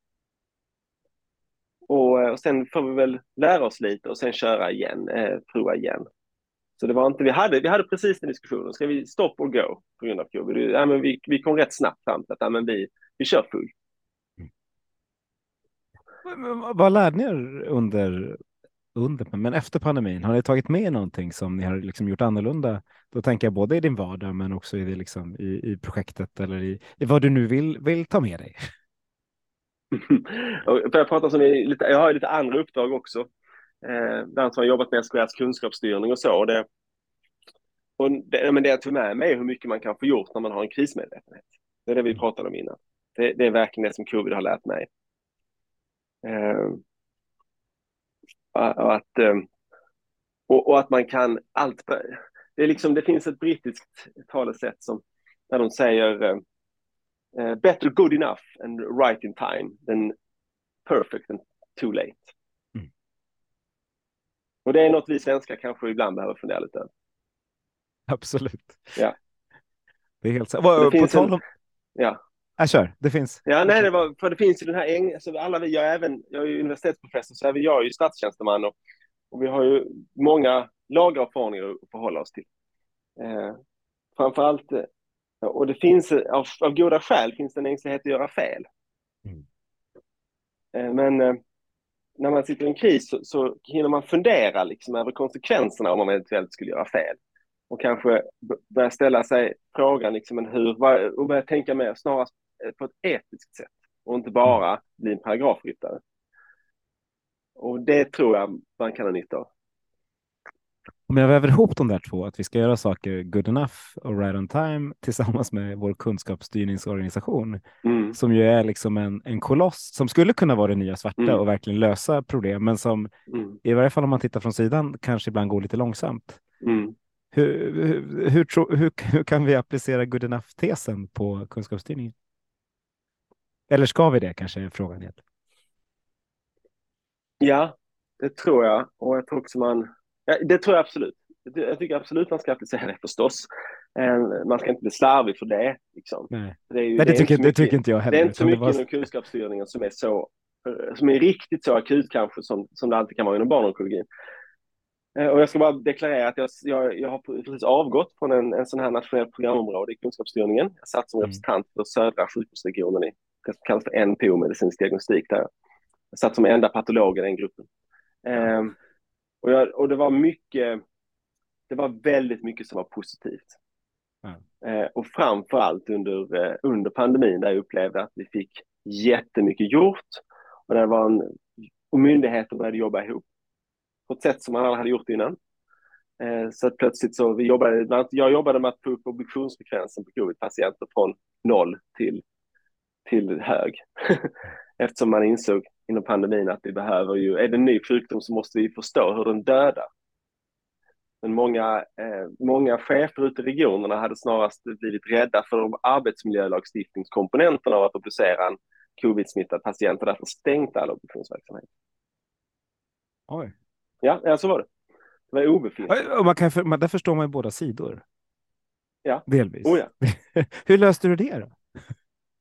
[SPEAKER 3] Och, och sen får vi väl lära oss lite och sen köra igen, eh, prova igen. Så det var inte, vi hade, vi hade precis den diskussionen, ska vi stoppa och gå på grund av covid? Ja, men vi, vi kom rätt snabbt fram till att ja, men vi, vi kör full.
[SPEAKER 2] Vad lärde ni er under, under, men efter pandemin? Har ni tagit med någonting som ni har liksom gjort annorlunda? Då tänker jag både i din vardag men också i, det liksom, i, i projektet eller i, i vad du nu vill, vill ta med dig.
[SPEAKER 3] För jag, pratar som lite, jag har lite andra uppdrag också. Eh, bland annat har jag jobbat med S K R:s kunskapsstyrning och så. Och det, och det, men det jag tog med mig är hur mycket man kan få gjort när man har en krismedvetenhet. Det är det vi pratade om innan. Det, det är verkligen det som covid har lärt mig. Uh, och, att, uh, och, och att man kan allt. Det, är liksom, det finns ett brittiskt talesätt som där de säger uh, uh, better good enough and right in time than perfect and too late. Mm. Och det är något vi svenskar kanske ibland behöver fundera lite över.
[SPEAKER 2] Absolut.
[SPEAKER 3] Ja.
[SPEAKER 2] Det är helt så. Vad, på tal om...
[SPEAKER 3] en, ja.
[SPEAKER 2] Jag kör, det finns.
[SPEAKER 3] Ja, nej, det var, för det finns ju den här, alltså alla vi, jag är även, jag är ju universitetsprofessor, så även jag är ju statstjänsteman och, och vi har ju många lagar och förordningar att förhålla oss till. Eh, framförallt, och det finns, av, av goda skäl finns det en ängslighet att göra fel. Mm. Eh, men eh, när man sitter i en kris så, så hinner man fundera liksom över konsekvenserna om man eventuellt skulle göra fel. Och kanske börja ställa sig frågan liksom, men hur, och börja tänka mer snarast på ett etiskt sätt och inte bara bli en paragrafryttare. Och det tror jag man kan ha nytta av.
[SPEAKER 2] Om jag väver ihop de där två, att vi ska göra saker good enough och right on time tillsammans med vår kunskapsstyrningsorganisation, mm. som ju är liksom en, en koloss som skulle kunna vara det nya svarta mm. och verkligen lösa problem, men som mm. i varje fall om man tittar från sidan kanske ibland går lite långsamt. Mm. Hur, hur, hur, hur, hur kan vi applicera good enough-tesen på kunskapsstyrningen? Eller ska vi det, kanske är frågan helt.
[SPEAKER 3] Ja, det tror jag. Och jag tror också man... Ja, det tror jag absolut. Jag tycker absolut man ska applicera det förstås. Man ska inte bli slarvig för det. Liksom.
[SPEAKER 2] Nej,
[SPEAKER 3] det, är ju,
[SPEAKER 2] Nej, det,
[SPEAKER 3] det,
[SPEAKER 2] tycker,
[SPEAKER 3] inte
[SPEAKER 2] det
[SPEAKER 3] mycket,
[SPEAKER 2] tycker inte jag heller.
[SPEAKER 3] Det är inte så mycket
[SPEAKER 2] var...
[SPEAKER 3] inom kunskapsstyrningen som är så som är riktigt så akut kanske som, som det alltid kan vara inom barnonkologin. Och jag ska bara deklarera att jag, jag, jag har precis avgått från en, en sån här nationell programområde i kunskapsstyrningen. Jag satt som representant för södra sjukvårdsregionen i det som kallas för N P O, medicinsk diagnostik där. Jag satt som enda patolog i den gruppen. Mm. Um, och, jag, och det var mycket, det var väldigt mycket som var positivt. Mm. Uh, och framförallt under, uh, under pandemin där jag upplevde att vi fick jättemycket gjort. Och, det var en, och myndigheter började jobba ihop på ett sätt som man aldrig hade gjort innan. Eh, så att plötsligt så vi jobbade, jag jobbade med att få upp obduktionsfrekvensen på covid-patienter från noll till, till hög. Eftersom man insåg inom pandemin att vi behöver ju, är det en ny sjukdom så måste vi förstå hur den dödar. Men många, eh, många chefer ute i regionerna hade snarast blivit rädda för de arbetsmiljölagstiftningskomponenterna av att obducera en covid-smittad patient och därför stängt all obduktionsverksamhet.
[SPEAKER 2] Oj.
[SPEAKER 3] Ja, ja, så var det. Det var obefintligt.
[SPEAKER 2] Och man kan, man, där förstår man ju båda sidor.
[SPEAKER 3] Ja.
[SPEAKER 2] Delvis.
[SPEAKER 3] Oh, ja.
[SPEAKER 2] Hur löste du det då?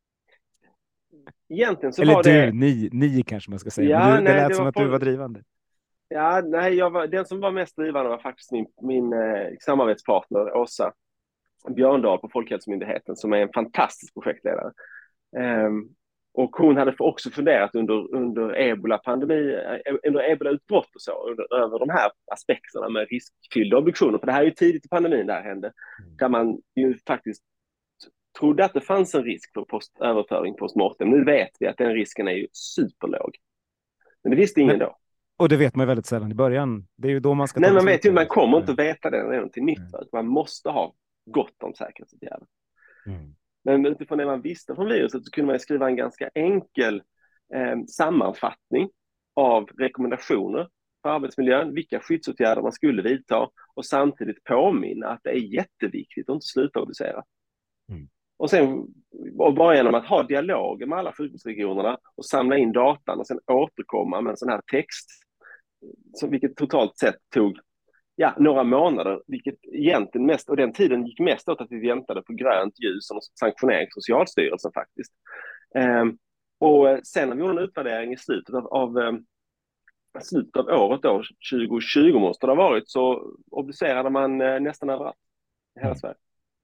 [SPEAKER 3] egentligen så
[SPEAKER 2] Eller
[SPEAKER 3] var
[SPEAKER 2] du,
[SPEAKER 3] det...
[SPEAKER 2] ni, ni kanske man ska säga.
[SPEAKER 3] Ja,
[SPEAKER 2] Men du, det
[SPEAKER 3] nej,
[SPEAKER 2] lät
[SPEAKER 3] det
[SPEAKER 2] som
[SPEAKER 3] var
[SPEAKER 2] att
[SPEAKER 3] på-
[SPEAKER 2] du var drivande.
[SPEAKER 3] Ja, nej, jag var, den som var mest drivande var faktiskt min, min eh, samarbetspartner Åsa Björndal på Folkhälsomyndigheten, som är en fantastisk projektledare. Ehm, och hon hade för också funderat under, under ebola-pandemi, eh, under ebola-utbrott och så, under, över de här aspekterna med riskfyllda obduktioner. För det här är ju tidigt i pandemin där hände, där man ju faktiskt trodde att det fanns en risk för post, överföring postmortem. Nu vet vi att den risken är ju superlåg. Men det visste ingen
[SPEAKER 2] Men-
[SPEAKER 3] då.
[SPEAKER 2] Och det vet man ju väldigt sällan i början. Det är ju då man ska
[SPEAKER 3] Nej,
[SPEAKER 2] ta
[SPEAKER 3] man vet ju,
[SPEAKER 2] besluten.
[SPEAKER 3] man kommer inte att veta det när det är någonting nytt.
[SPEAKER 2] Mm.
[SPEAKER 3] va? Man måste ha gott om säkerhetsåtgärder.
[SPEAKER 2] Mm.
[SPEAKER 3] Men utifrån det man visste från viruset så kunde man skriva en ganska enkel eh, sammanfattning av rekommendationer för arbetsmiljön, vilka skyddsåtgärder man skulle vidta, och samtidigt påminna att det är jätteviktigt att inte sluta obducera.
[SPEAKER 2] Mm.
[SPEAKER 3] Och sen och bara genom att ha dialoger med alla sjukvårdsregionerna och samla in datan och sen återkomma med en sån här text, så vilket totalt sett tog ja, några månader, vilket egentligen mest, och den tiden gick mest åt att vi väntade på grönt ljus som sanktionering från Socialstyrelsen faktiskt. Ehm, och sen när vi gjorde en utvärdering i slutet av, av, eh, slutet av året då, tjugo tjugo måste det ha varit, så obducerade man eh, nästan överallt i hela
[SPEAKER 2] Mm.
[SPEAKER 3] Sverige.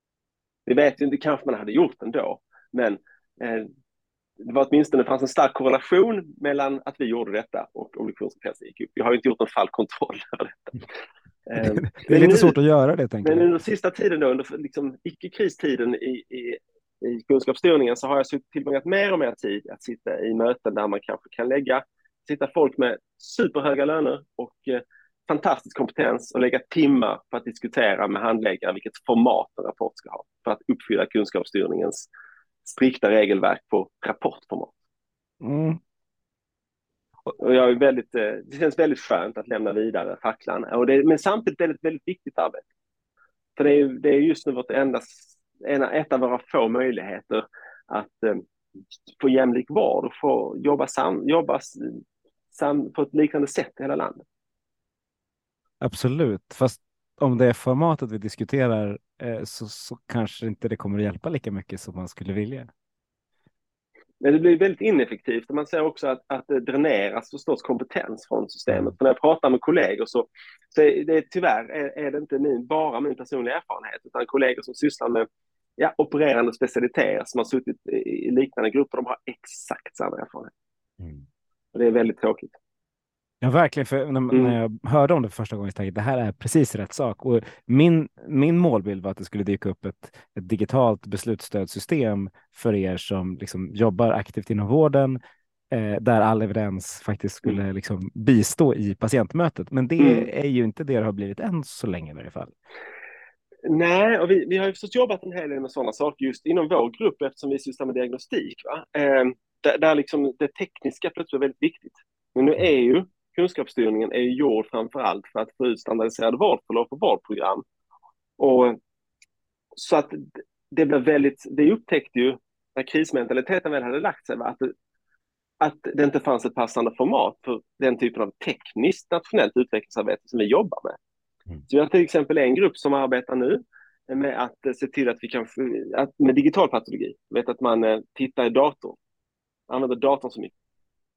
[SPEAKER 3] Vi vet ju inte, kanske man hade gjort ändå, men eh, det var åtminstone, det fanns en stark korrelation mellan att vi gjorde detta och obduktionsintresset gick upp. Vi har ju inte gjort en fallkontroll över detta.
[SPEAKER 2] Det,
[SPEAKER 3] Ehm,
[SPEAKER 2] det är
[SPEAKER 3] men
[SPEAKER 2] lite
[SPEAKER 3] nu-
[SPEAKER 2] svårt att göra det, tänker
[SPEAKER 3] Men
[SPEAKER 2] jag.
[SPEAKER 3] under sista tiden då, under liksom icke-kristiden i, i, i kunskapsstyrningen, så har jag sutt- tillbringat mer och mer tid att sitta i möten där man kanske kan lägga, sitta folk med superhöga löner och eh, fantastisk kompetens och lägga timmar på att diskutera med handläggare vilket format en rapport ska ha för att uppfylla kunskapsstyrningens strikta regelverk på rapportformat.
[SPEAKER 2] Mm.
[SPEAKER 3] Och jag är väldigt, eh, det känns väldigt skönt att lämna vidare facklan. Och det, men samtidigt är det ett väldigt viktigt arbete. För det är, det är just nu vårt enda, ena, ett av våra få möjligheter att eh, få jämlik vård och få jobba, sam, jobba sam, på ett liknande sätt i hela landet.
[SPEAKER 2] Absolut. Fast om det är formatet vi diskuterar eh, så, så kanske inte det kommer att hjälpa lika mycket som man skulle vilja.
[SPEAKER 3] Men det blir väldigt ineffektivt. Man ser också att, att det dräneras förstås kompetens från systemet.
[SPEAKER 2] Mm.
[SPEAKER 3] För när jag pratar med kollegor så, så är det, tyvärr är, är det inte min, bara min personliga erfarenhet, utan kollegor som sysslar med ja, opererande specialiteter som har suttit i, i liknande grupper, de har exakt samma erfarenhet.
[SPEAKER 2] Mm.
[SPEAKER 3] Och det är väldigt tråkigt.
[SPEAKER 2] Ja, verkligen. För när,
[SPEAKER 3] Mm.
[SPEAKER 2] när jag hörde om det för första gången, så tänkte jag, det här är precis rätt sak. Och min, min målbild var att det skulle dyka upp ett, ett digitalt beslutsstödssystem för er som liksom jobbar aktivt inom vården, eh, där all evidens faktiskt skulle
[SPEAKER 3] Mm.
[SPEAKER 2] liksom bistå i patientmötet. Men det
[SPEAKER 3] Mm.
[SPEAKER 2] är ju inte det det har blivit än så länge i varje fall.
[SPEAKER 3] Nej, och vi, vi har ju förstås jobbat en hel del med sådana saker just inom vår grupp, eftersom vi sysslar med diagnostik. Va? Eh, där, där liksom det tekniska plötsligt är väldigt viktigt. Men nu är ju kunskapsstyrningen är ju gjord framför allt för att få ut standardiserade vårdförlopp och vårdprogram. Och så att det blev väldigt, det upptäckte ju när krismentaliteten väl hade lagt sig, va? Att, det, att det inte fanns ett passande format för den typen av tekniskt nationellt utvecklingsarbete som vi jobbar med.
[SPEAKER 2] Mm.
[SPEAKER 3] Så vi har till exempel en grupp som arbetar nu med att se till att vi kan, att med digital patologi, vet att man tittar i datorn, använder datorn som mycket.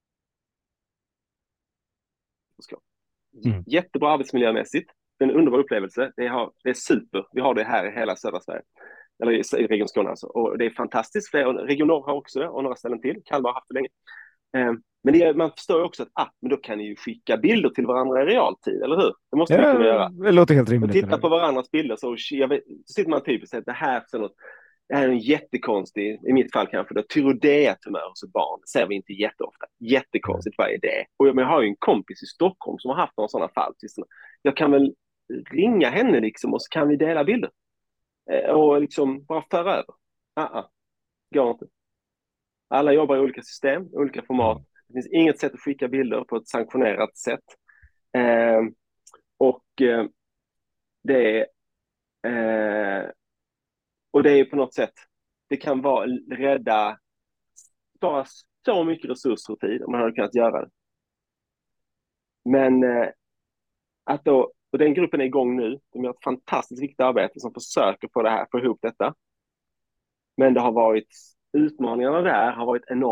[SPEAKER 2] Mm.
[SPEAKER 3] Jättebra arbetsmiljömässigt, en underbar upplevelse, det, har, det är super, vi har det här i hela södra Sverige, eller i, i Region Skåne alltså, och det är fantastiskt. Region Norr har också det och några ställen till, Kalmar har haft det länge. Um, men det, man förstår ju också att ah, men då kan ni ju skicka bilder till varandra i realtid, eller hur? Det måste
[SPEAKER 2] Ja,
[SPEAKER 3] vi kunna göra.
[SPEAKER 2] det låter helt
[SPEAKER 3] Och
[SPEAKER 2] rimligt.
[SPEAKER 3] titta på varandras bilder så, jag vet, så sitter man typiskt och säger att det här, så något, det här är en jättekonstig, i mitt fall kanske, tyroidea-tumör hos ett barn. Det ser vi inte jätteofta. Jättekonstigt, vad är det? Och jag, jag har ju en kompis i Stockholm som har haft några sådana fall. Jag kan väl ringa henne liksom och så kan vi dela bilder. Eh, och liksom bara föra över. Ah, ah. Går inte. Alla jobbar i olika system, olika format. Det finns inget sätt att skicka bilder på ett sanktionerat sätt. Eh, och eh, det är eh, och det är på något sätt, det kan vara rädda bara så mycket resurser och tid om man hade kunnat göra det. Men eh, att då, och den gruppen är igång nu, de gör ett fantastiskt viktigt arbete som försöker få det här, få ihop detta. Men det har varit, utmaningarna där har varit enorma.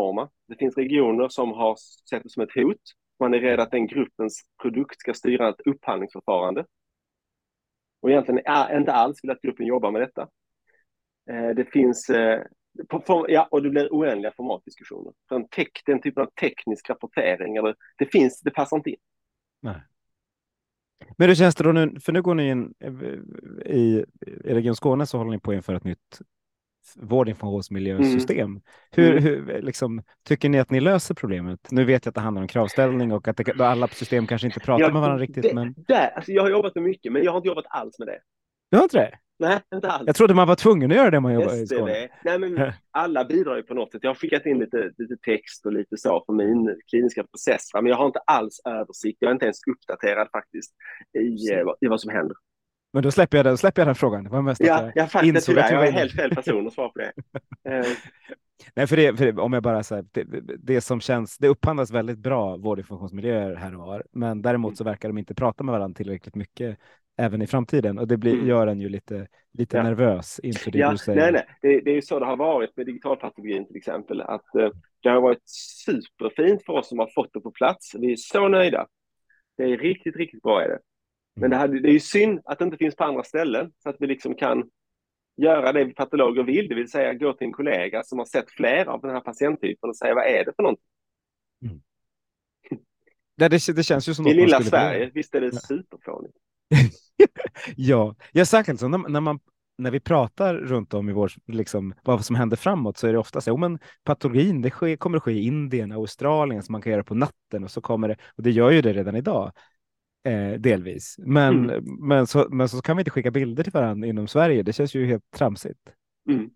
[SPEAKER 3] Det finns regioner som har sett det som ett hot. Man är rädd att den gruppens produkt ska styra ett upphandlingsförfarande. Och egentligen är inte alls vill att gruppen jobbar med detta. Eh, det finns, eh, på, för, ja, och det blir oändliga formatdiskussioner. För en tech, den typen av teknisk rapportering, eller, det finns, det passar inte in.
[SPEAKER 2] Nej. Men hur känns det då nu, för nu går ni in i, i Region Skåne så håller ni på att införa ett nytt vårdinformationsmiljösystem. Mm. Hur,
[SPEAKER 3] Mm.
[SPEAKER 2] hur liksom, tycker ni att ni löser problemet? Nu vet jag att det handlar om kravställning och att det, alla system kanske inte pratar
[SPEAKER 3] ja,
[SPEAKER 2] med varandra riktigt.
[SPEAKER 3] Det,
[SPEAKER 2] men...
[SPEAKER 3] det, alltså jag har jobbat med mycket, men jag har inte jobbat alls med det.
[SPEAKER 2] Du har inte det?
[SPEAKER 3] Nej, inte alls.
[SPEAKER 2] Jag trodde man var tvungen att göra det man jobbar i Skåne.
[SPEAKER 3] Nej, men alla bidrar ju på något sätt. Jag har skickat in lite, lite text och lite så för min kliniska process. Men jag har inte alls översikt. Jag är inte ens uppdaterad faktiskt i, i vad som händer.
[SPEAKER 2] Men då släpper jag den, släpper jag den frågan. Det var mest
[SPEAKER 3] ja,
[SPEAKER 2] jag
[SPEAKER 3] jag faktiskt insåg att jag är helt fel person att svara på det.
[SPEAKER 2] Nej, för det, för det, om jag bara säger det, det som känns, det upphandlas väldigt bra vårdinformationsmiljöer här och var, men däremot så verkar de inte prata med varandra tillräckligt mycket även i framtiden, och det blir, mm. gör en ju lite, lite ja. nervös inför det
[SPEAKER 3] ja,
[SPEAKER 2] du säger.
[SPEAKER 3] Nej, nej. Det, det är ju så det har varit med digitalpatologin till exempel, att uh, det har varit superfint för oss som har fått det på plats. Vi är så nöjda. Det är riktigt, riktigt bra är det. Men det, hade, det är ju synd att det inte finns på andra ställen, så att vi liksom kan göra det vi patologer vill, det vill säga gå till en kollega som har sett flera av den här patienttypen och säga vad är det för någonting.
[SPEAKER 2] Mm. Det, det, det känns ju som
[SPEAKER 3] i lilla Sverige, bli. Visst är det superfånigt.
[SPEAKER 2] ja, jag sagt alltså, när, när, man, när vi pratar runt om i vår, liksom, vad som händer framåt, så är det ofta så, men patologin, det sker, kommer att ske i Indien, Australien, som man kan göra på natten, och så kommer det, och det gör ju det redan idag. Eh, delvis. Men, mm. men, så, men så kan vi inte skicka bilder till varandra inom Sverige. Det känns ju helt tramsigt.
[SPEAKER 3] Mm.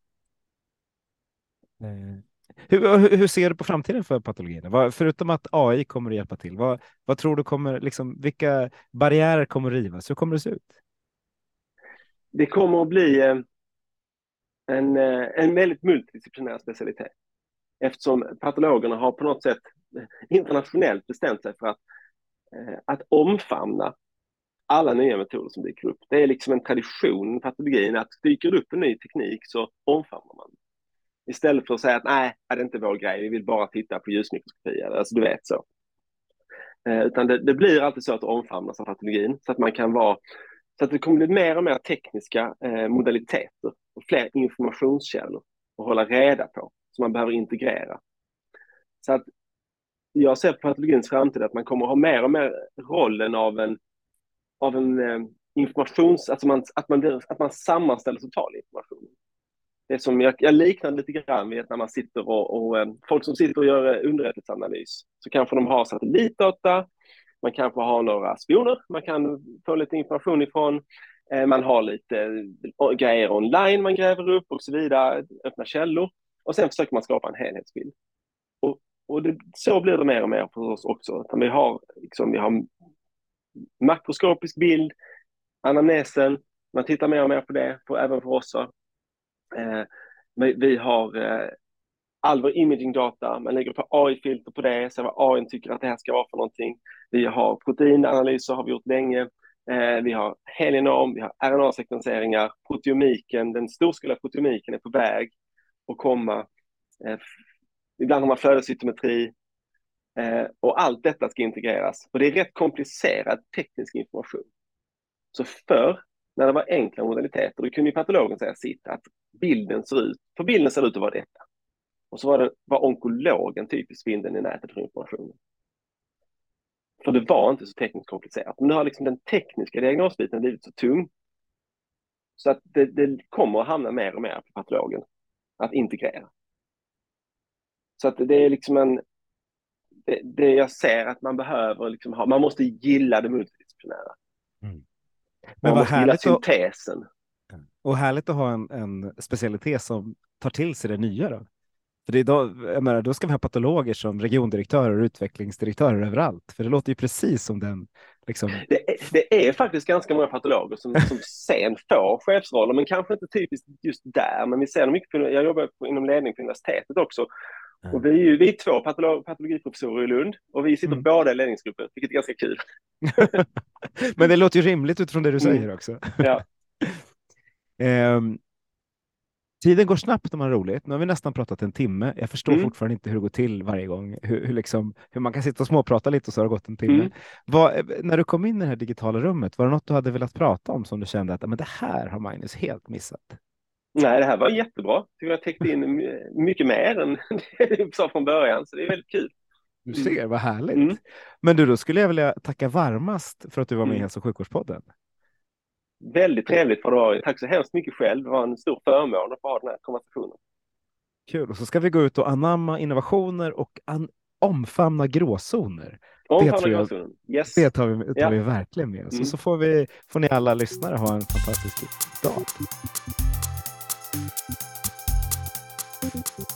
[SPEAKER 2] Eh, hur, hur, hur ser du på framtiden för patologin? Vad, förutom att A I kommer att hjälpa till, vad, vad tror du kommer, liksom, vilka barriärer kommer att rivas? Hur kommer det se ut?
[SPEAKER 3] Det kommer att bli eh, en, eh, en väldigt multidisciplinär specialitet. Eftersom patologerna har på något sätt internationellt bestämt sig för att att omfamna alla nya metoder som dyker upp. Det är liksom en tradition i patologin att dyker upp en ny teknik så omfamnar man. Istället för att säga att nej, det är inte vår grej, vi vill bara titta på ljusmikroskopi. Alltså du vet så. Eh, utan det, det blir alltid så att det omfamnas av patologin, så att man kan vara, så att det kommer bli mer och mer tekniska eh, modaliteter och fler informationskällor att hålla reda på som man behöver integrera. Så att jag ser på patologins framtid att man kommer ha mer och mer rollen av en, av en eh, informations... Alltså man, att, man, att man sammanställer total information. Det är som jag, jag liknar lite grann vid när man sitter och... och eh, folk som sitter och gör underrättelseanalys, så kanske de har satellitdata, man kanske har några spioner, man kan få lite information ifrån, eh, man har lite eh, grejer online man gräver upp och så vidare, öppna källor, och sen försöker man skapa en helhetsbild. Och det, så blir det mer och mer för oss också. Vi har, liksom, vi har makroskopisk bild, anamnesen, man tittar mer och mer på det, på, även för oss. Eh, vi har eh, all vår imagingdata, man lägger på A I-filter på det, så vad A I tycker att det här ska vara för någonting. Vi har proteinanalyser, har vi gjort länge. Eh, vi har helinom, vi har R N A-sekvenseringar, proteomiken, den storskaliga proteomiken är på väg att komma. Eh, Ibland har man flödescytometri eh, och allt detta ska integreras. Och det är rätt komplicerad teknisk information. Så förr, när det var enkla modaliteter, då kunde ju patologen säga sitt att bilden ser ut, för bilden ser ut att vara detta. Och så var det var onkologen typiskt bilden i nätet för informationen. För det var inte så tekniskt komplicerat. Men nu har liksom den tekniska diagnosbiten blivit så tung, så att det, det kommer att hamna mer och mer på patologen att integrera. Så att det är liksom en, det, det jag ser att man behöver liksom ha, man måste gilla det multidisciplinära.
[SPEAKER 2] Mm.
[SPEAKER 3] Men vad härligt syntesen.
[SPEAKER 2] Och, och härligt att ha en, en specialitet som tar till sig det nya då. För det är då, jag menar, då ska vi ha patologer som regiondirektörer och utvecklingsdirektörer överallt. För det låter ju precis som den. Liksom...
[SPEAKER 3] Det, är, det är faktiskt ganska många patologer som, som sen får chefsroller, men kanske inte typiskt just där. Men vi ser mycket på, jag jobbar på, inom ledning på universitetet också. Mm. Och vi är ju vi är två patolog, patologiprofessorer i Lund och vi sitter mm. båda i ledningsgruppen, vilket är ganska kul.
[SPEAKER 2] Men det låter ju rimligt utifrån det du säger
[SPEAKER 3] mm.
[SPEAKER 2] också.
[SPEAKER 3] Ja.
[SPEAKER 2] um, Tiden går snabbt när man har roligt. Nu har vi nästan pratat en timme. Jag förstår
[SPEAKER 3] Mm.
[SPEAKER 2] fortfarande inte hur det går till varje gång. Hur, hur, liksom, hur man kan sitta och småprata lite och så har det gått en timme.
[SPEAKER 3] Mm.
[SPEAKER 2] Vad, när du kom in i det här digitala rummet, var det något du hade velat prata om som du kände att men det här har Magnus helt missat?
[SPEAKER 3] Nej, det här var jättebra. Tycker jag täckte in mycket mer än det du sa från början, så det är väldigt kul.
[SPEAKER 2] Du ser, vad härligt.
[SPEAKER 3] Mm.
[SPEAKER 2] Men du, då skulle jag vilja tacka varmast för att du var med i
[SPEAKER 3] Mm.
[SPEAKER 2] Hälso- och sjukvårdspodden.
[SPEAKER 3] Väldigt trevligt för det. Tack så hemskt mycket själv. Det var en stor förmån att få ha den här konversationen.
[SPEAKER 2] Kul. Och så ska vi gå ut och anamma innovationer och an- omfamna gråzoner.
[SPEAKER 3] Omfamna
[SPEAKER 2] det tror jag,
[SPEAKER 3] gråzonen. Yes.
[SPEAKER 2] det tar vi, tar
[SPEAKER 3] Ja.
[SPEAKER 2] vi verkligen med oss.
[SPEAKER 3] Mm.
[SPEAKER 2] Och så får, vi, får ni alla lyssnare ha en fantastisk dag.